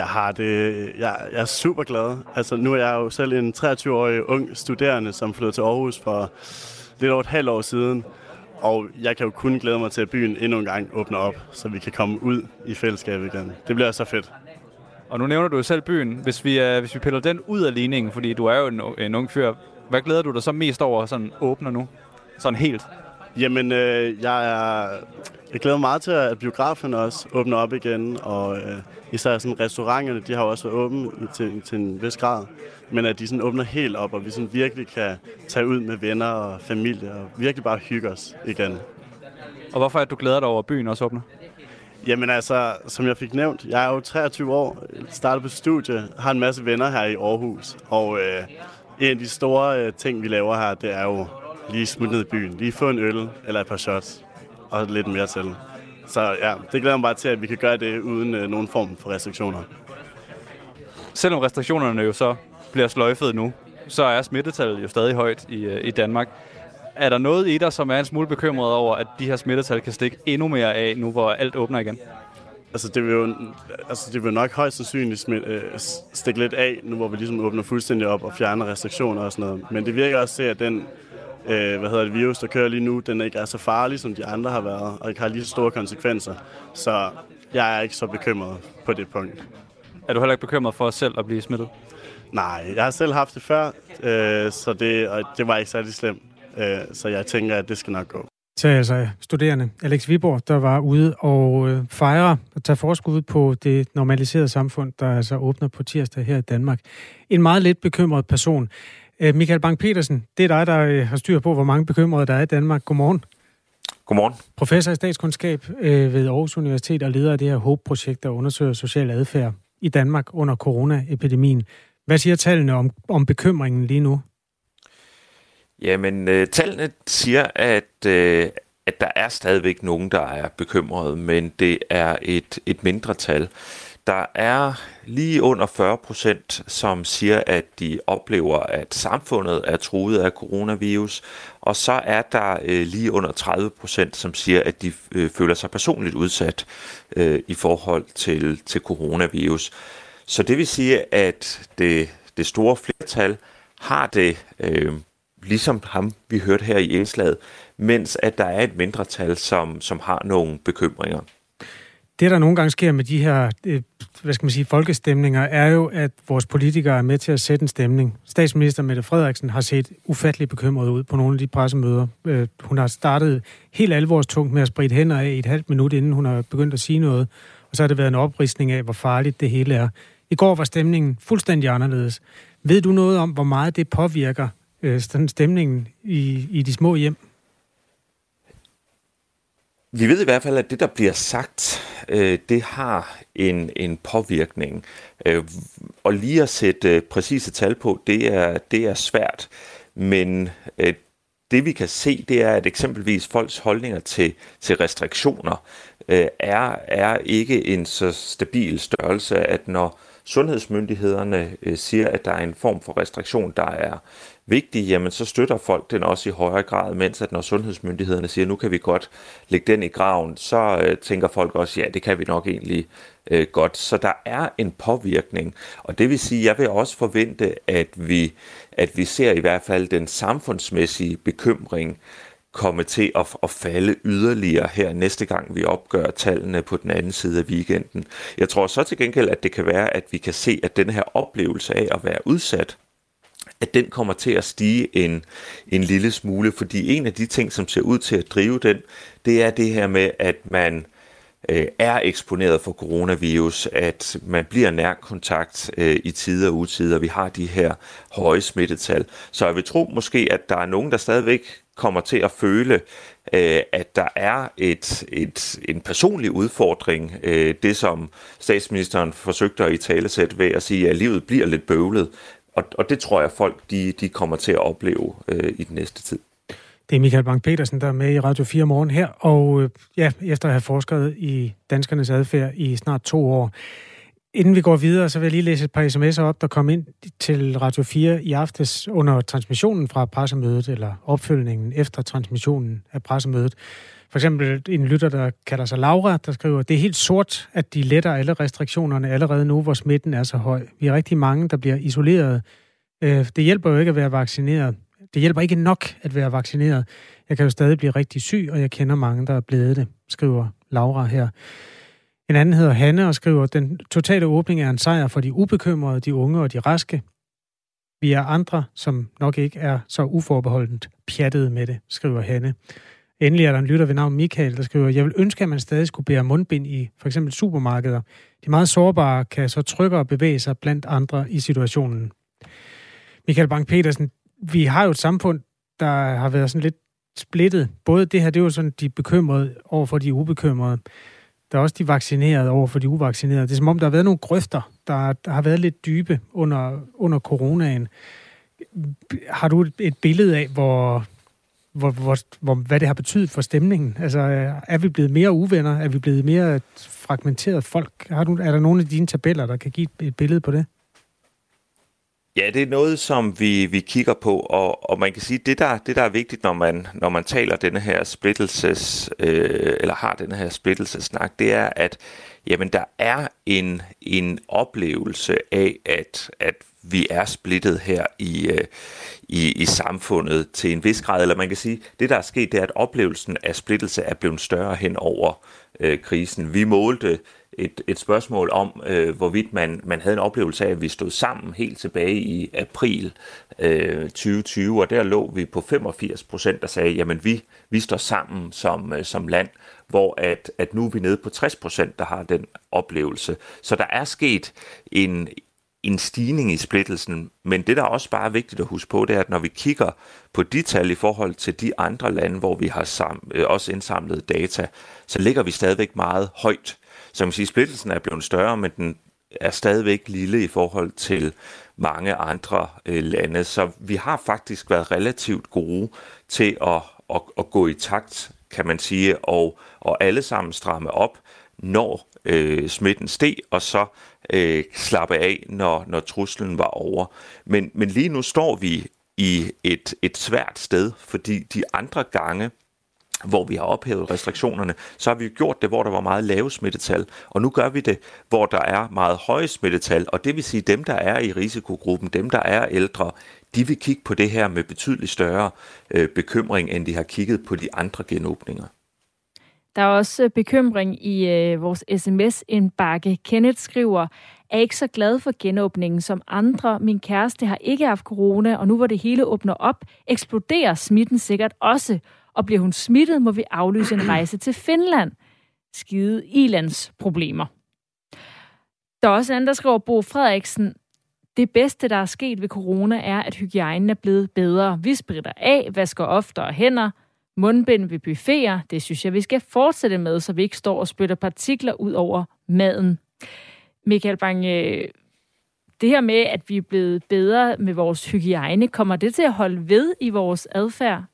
Jeg er super glad. Altså, nu er jeg jo selv en 23-årig ung studerende, som flyttede til Aarhus for lidt over et halvt år siden. Og jeg kan jo kun glæde mig til, at byen endnu en gang åbner op, så vi kan komme ud i fællesskabet igen. Det bliver så fedt. Og nu nævner du jo selv byen. Hvis vi piller den ud af ligningen, fordi du er jo en ung fyr, hvad glæder du dig så mest over, sådan åbner nu? Sådan helt? Jamen, jeg glæder mig meget til, at biografen også åbner op igen, og især sådan restauranterne, de har jo også været åbne til en vis grad, men at de sådan åbner helt op, og vi sådan virkelig kan tage ud med venner og familie, og virkelig bare hygge os igen. Og hvorfor er du glæder dig over, at byen også åbner? Jamen altså, som jeg fik nævnt, jeg er jo 23 år, startet på studie, har en masse venner her i Aarhus, og en af de store ting, vi laver her, det er jo lige smutte ned i byen, lige få en øl eller et par shots, og lidt mere til. Så ja, det glæder mig bare til, at vi kan gøre det uden nogen form for restriktioner. Selvom restriktionerne jo så bliver sløjfet nu, så er smittetallet jo stadig højt i Danmark. Er der noget i dig, som er en smule bekymret over, at de her smittetal kan stikke endnu mere af, nu hvor alt åbner igen? Altså det vil nok højst sandsynligt stikke lidt af, nu hvor vi ligesom åbner fuldstændig op og fjerner restriktioner og sådan noget. Men det virker også til, at den virus, der kører lige nu, den ikke er så farlig, som de andre har været, og ikke har lige så store konsekvenser. Så jeg er ikke så bekymret på det punkt. Er du heller ikke bekymret for os selv at blive smittet? Nej, jeg har selv haft det før, så det var ikke særlig slemt. Så jeg tænker, at det skal nok gå. Så altså studerende Alex Viborg, der var ude og fejre og tage forskud på det normaliserede samfund, der altså åbner på tirsdag her i Danmark. En meget lidt bekymret person. Michael Bang-Petersen, det er dig, der har styr på, hvor mange bekymrede der er i Danmark. Godmorgen. Godmorgen. Professor i statskundskab ved Aarhus Universitet og leder af det her HOPE-projekt, der undersøger social adfærd i Danmark under coronaepidemien. Hvad siger tallene om bekymringen lige nu? Jamen, tallene siger, at der er stadigvæk nogen, der er bekymrede, men det er et mindre tal. Der er lige under 40%, som siger, at de oplever, at samfundet er truet af coronavirus, og så er der lige under 30%, som siger, at de føler sig personligt udsat i forhold til coronavirus. Så det vil sige, at det store flertal har det ligesom ham, vi hørte her i indslaget, mens at der er et mindretal, som har nogle bekymringer. Det, der nogle gange sker med de her, folkestemninger, er jo, at vores politikere er med til at sætte en stemning. Statsminister Mette Frederiksen har set ufattelig bekymret ud på nogle af de pressemøder. Hun har startet helt alvorstungt med at spritte hænder af i et halvt minut, inden hun har begyndt at sige noget. Og så har det været en opridsning af, hvor farligt det hele er. I går var stemningen fuldstændig anderledes. Ved du noget om, hvor meget det påvirker stemningen i de små hjem? Vi ved i hvert fald, at det, der bliver sagt, det har en påvirkning. Og lige at sætte præcise tal på, det er svært. Men det vi kan se, det er, at eksempelvis folks holdninger til restriktioner er ikke en så stabil størrelse, at når sundhedsmyndighederne siger, at der er en form for restriktion, der er vigtig, jamen så støtter folk den også i højere grad, mens at når sundhedsmyndighederne siger, nu kan vi godt lægge den i graven, så tænker folk også, ja, det kan vi nok egentlig godt. Så der er en påvirkning, og det vil sige, jeg vil også forvente, at vi ser i hvert fald den samfundsmæssige bekymring komme til at falde yderligere her næste gang vi opgør tallene på den anden side af weekenden. Jeg tror så til gengæld, at det kan være, at vi kan se, at den her oplevelse af at være udsat, at den kommer til at stige en lille smule, fordi en af de ting, som ser ud til at drive den, det er det her med, at man er eksponeret for coronavirus, at man bliver nærkontakt i tider og utider. Vi har de her høje smittetal. Så jeg vil tro måske, at der er nogen, der stadigvæk kommer til at føle, at der er en personlig udfordring. Det, som statsministeren forsøgte at italesætte ved at sige, at livet bliver lidt bøvlet. Og det tror jeg, folk de kommer til at opleve i den næste tid. Det er Michael Bang-Petersen, der er med i Radio 4 morgen her, og efter at have forsket i danskernes adfærd i snart 2 år. Inden vi går videre, så vil jeg lige læse et par sms'er op, der kom ind til Radio 4 i aftes under transmissionen fra pressemødet, eller opfølgningen efter transmissionen af pressemødet. For eksempel en lytter, der kalder sig Laura, der skriver, det er helt sort, at de letter alle restriktionerne allerede nu, hvor smitten er så høj. Vi er rigtig mange, der bliver isoleret. Det hjælper jo ikke at være vaccineret. Det hjælper ikke nok at være vaccineret. Jeg kan jo stadig blive rigtig syg, og jeg kender mange, der er blevet det, skriver Laura her. En anden hedder Hanne og skriver, den totale åbning er en sejr for de ubekymrede, de unge og de raske. Vi er andre, som nok ikke er så uforbeholdent pjattede med det, skriver Hanne. Endelig er der en lytter ved navn Michael, der skriver, jeg vil ønske, at man stadig skulle bære mundbind i for eksempel supermarkeder. De meget sårbare kan så tryggere bevæge sig blandt andre i situationen. Michael Bang-Petersen, vi har jo et samfund, der har været sådan lidt splittet. Både det her, det er jo sådan, de bekymrede over for de ubekymrede. Der er også de vaccinerede over for de uvaccinerede. Det er som om, der har været nogle grøfter, der har været lidt dybe under coronaen. Har du et billede af, hvad det har betydet for stemningen? Altså, er vi blevet mere uvenner? Er vi blevet mere fragmenteret folk? Er der nogle af dine tabeller, der kan give et billede på det? Ja, det er noget, som vi kigger på, og man kan sige, det der er vigtigt, når man taler denne her eller har denne her splittelsesnak, det er, at jamen, der er en oplevelse af, at vi er splittet her i samfundet til en vis grad, eller man kan sige, det der er sket, det er, at oplevelsen af splittelse er blevet større hen over krisen. Vi målte et spørgsmål om, hvorvidt man havde en oplevelse af, at vi stod sammen helt tilbage i april 2020, og der lå vi på 85%, der sagde, jamen vi står sammen som land, hvor at nu er vi nede på 60%, der har den oplevelse. Så der er sket en stigning i splittelsen, men det, der også bare er vigtigt at huske på, det er, at når vi kigger på de tal i forhold til de andre lande, hvor vi har også indsamlet data, så ligger vi stadigvæk meget højt. Så man kan sige, at splittelsen er blevet større, men den er stadigvæk lille i forhold til mange andre lande. Så vi har faktisk været relativt gode til at gå i takt, kan man sige, og alle sammen stramme op, når smitten steg, og så slappe af, når truslen var over. Men lige nu står vi i et svært sted, fordi de andre gange, hvor vi har ophævet restriktionerne, så har vi gjort det, hvor der var meget lave smittetal, og nu gør vi det, hvor der er meget høje smittetal, og det vil sige, dem, der er i risikogruppen, dem, der er ældre, de vil kigge på det her med betydeligt større bekymring, end de har kigget på de andre genåbninger. Der er også bekymring i vores sms-indbakke. Kenneth skriver, er ikke så glad for genåbningen som andre. Min kæreste har ikke haft corona, og nu hvor det hele åbner op, eksploderer smitten sikkert også. Og bliver hun smittet, må vi aflyse en rejse til Finland. Skide ilandsproblemer. Der er også en anden, der skriver, Bo Frederiksen, det bedste, der er sket ved corona, er, at hygiejnen er blevet bedre. Vi spritter af, vasker oftere hænder, mundbind ved buffeter. Det synes jeg, vi skal fortsætte med, så vi ikke står og spytter partikler ud over maden. Michael Bang, det her med, at vi er blevet bedre med vores hygiejne, kommer det til at holde ved i vores adfærd?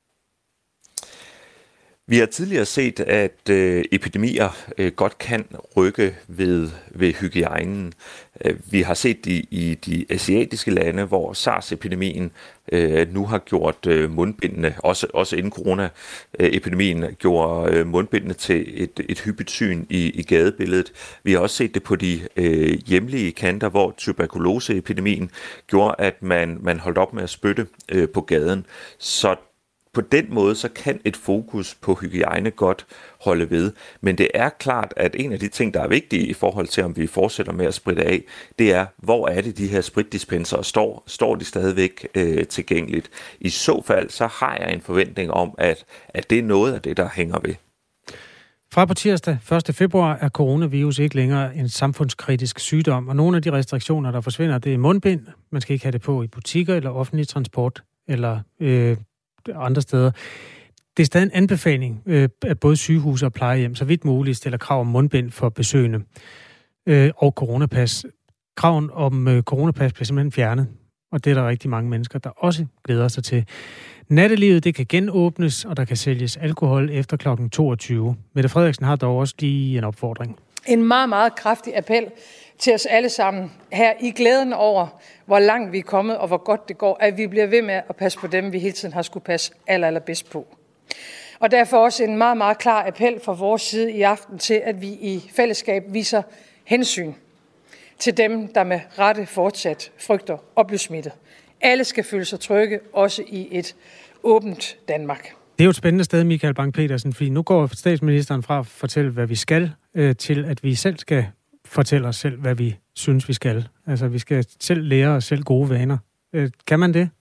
Vi har tidligere set, at epidemier godt kan rykke ved hygiejnen. Vi har set i de asiatiske lande, hvor SARS-epidemien nu har gjort mundbindene, også inden corona-epidemien, gjorde mundbindene til et hyppigt syn i gadebilledet. Vi har også set det på de hjemlige kanter, hvor tuberkuloseepidemien gjorde, at man holdt op med at spytte på gaden. Så på den måde, så kan et fokus på hygiejne godt holde ved. Men det er klart, at en af de ting, der er vigtige i forhold til, om vi fortsætter med at spritte af, det er, hvor er det, de her spritdispenser står de stadigvæk tilgængeligt. I så fald, så har jeg en forventning om, at det er noget af det, der hænger ved. Fra på tirsdag 1. februar er coronavirus ikke længere en samfundskritisk sygdom, og nogle af de restriktioner, der forsvinder, det er mundbind. Man skal ikke have det på i butikker eller offentlig transport eller andre steder. Det er stadig en anbefaling, at både sygehuse og plejehjem så vidt muligt stiller krav om mundbind for besøgende og coronapas. Kraven om coronapas bliver simpelthen fjernet, og det er der rigtig mange mennesker, der også glæder sig til. Nattelivet, det kan genåbnes, og der kan sælges alkohol efter kl. 22. Mette Frederiksen har dog også lige en opfordring. En meget, meget kraftig appel til os alle sammen her i glæden over, hvor langt vi er kommet, og hvor godt det går, at vi bliver ved med at passe på dem, vi hele tiden har skulle passe allerbedst på. Og derfor også en meget, meget klar appel fra vores side i aften til, at vi i fællesskab viser hensyn til dem, der med rette fortsat frygter at blive smittet. Alle skal føle sig trygge, også i et åbent Danmark. Det er jo et spændende sted, Michael Bang-Petersen, fordi nu går statsministeren fra at fortælle, hvad vi skal, til at vi selv skal fortælle os selv, hvad vi synes, vi skal. Altså, vi skal selv lære os selv gode vaner. Kan man det?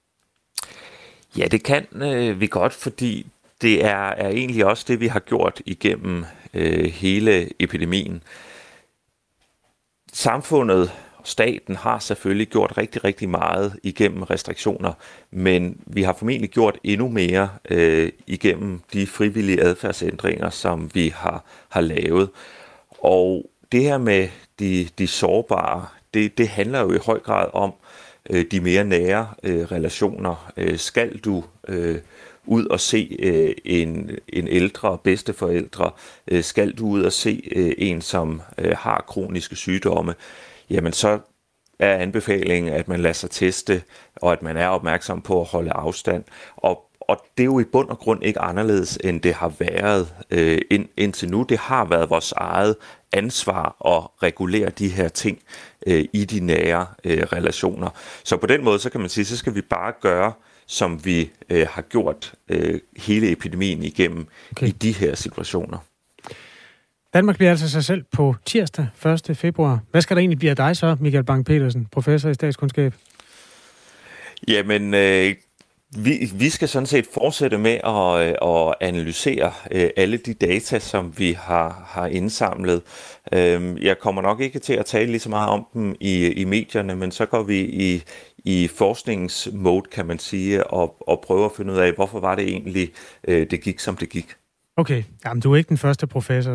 Ja, det kan vi godt, fordi det er egentlig også det, vi har gjort igennem hele epidemien. Samfundet og staten har selvfølgelig gjort rigtig, rigtig meget igennem restriktioner, men vi har formentlig gjort endnu mere igennem de frivillige adfærdsændringer, som vi har lavet. Og det her med de sårbare, det handler jo i høj grad om de mere nære relationer. Skal du ud og se en ældre bedsteforældre, skal du ud og se en, som har kroniske sygdomme, jamen så er anbefalingen, at man lader sig teste, og at man er opmærksom på at holde afstand. Og det er jo i bund og grund ikke anderledes, end det har været indtil nu. Det har været vores eget ansvar at regulere de her ting i de nære relationer. Så på den måde, så kan man sige, så skal vi bare gøre, som vi har gjort hele epidemien igennem i de her situationer. Danmark bliver altså sig selv på tirsdag 1. februar. Hvad skal der egentlig blive af dig så, Michael Bang-Petersen, professor i statskundskab? Jamen, vi skal sådan set fortsætte med at analysere alle de data, som vi har indsamlet. Jeg kommer nok ikke til at tale lige så meget om dem i medierne, men så går vi i forskningsmode, kan man sige, og prøver at finde ud af, hvorfor var det egentlig, det gik, som det gik. Okay, jamen du er ikke den første professor,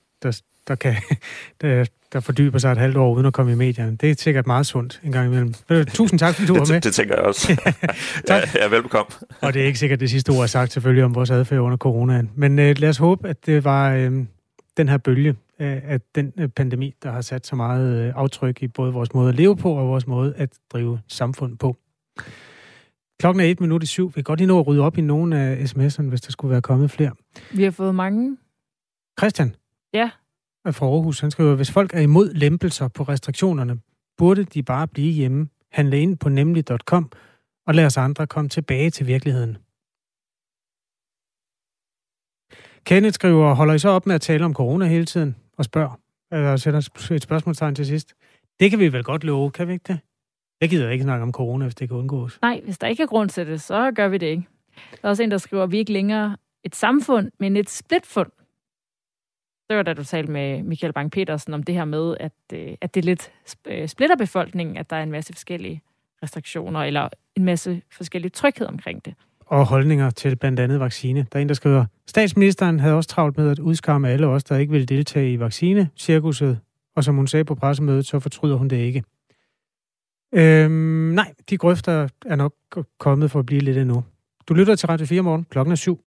der fordyber sig et halvt år uden at komme i medierne. Det er sikkert meget sundt en gang imellem. Tusind tak, fordi du var med. Det tænker jeg også. Tak. Ja, velbekomme. Og det er ikke sikkert det sidste ord er sagt selvfølgelig om vores adfærd under coronaen. Men lad os håbe, at det var den her bølge af den pandemi, der har sat så meget aftryk i både vores måde at leve på og vores måde at drive samfund på. Klokken er 7:01. Vi kan godt lige nå at rydde op i nogle af sms'erne, hvis der skulle være kommet flere. Vi har fået mange. Christian? Ja? Fra Aarhus, han skriver, hvis folk er imod lempelser på restriktionerne, burde de bare blive hjemme, handle ind på nemlig.com og lade os andre komme tilbage til virkeligheden. Kenneth skriver, holder I så op med at tale om corona hele tiden? Og spørger, eller sætter et spørgsmålstegn til sidst. Det kan vi vel godt love, kan vi ikke det? Jeg gider ikke snakke om corona, hvis det kan undgås. Nej, hvis der ikke er grund til det, så gør vi det ikke. Der er også en, der skriver, at vi ikke længere et samfund, men et splitfund. Det var da du talte med Michael Bang-Petersen om det her med, at det lidt splitter befolkningen, at der er en masse forskellige restriktioner, eller en masse forskellige tryghed omkring det. Og holdninger til blandt andet vaccine. Der er en, der skriver, statsministeren havde også travlt med at udskamme alle os, der ikke ville deltage i vaccinecirkuset, og som hun sagde på pressemødet, så fortryder hun det ikke. Nej, de grøfter er nok kommet for at blive lidt endnu. Du lytter til Radio 4 morgen. Klokken er 7.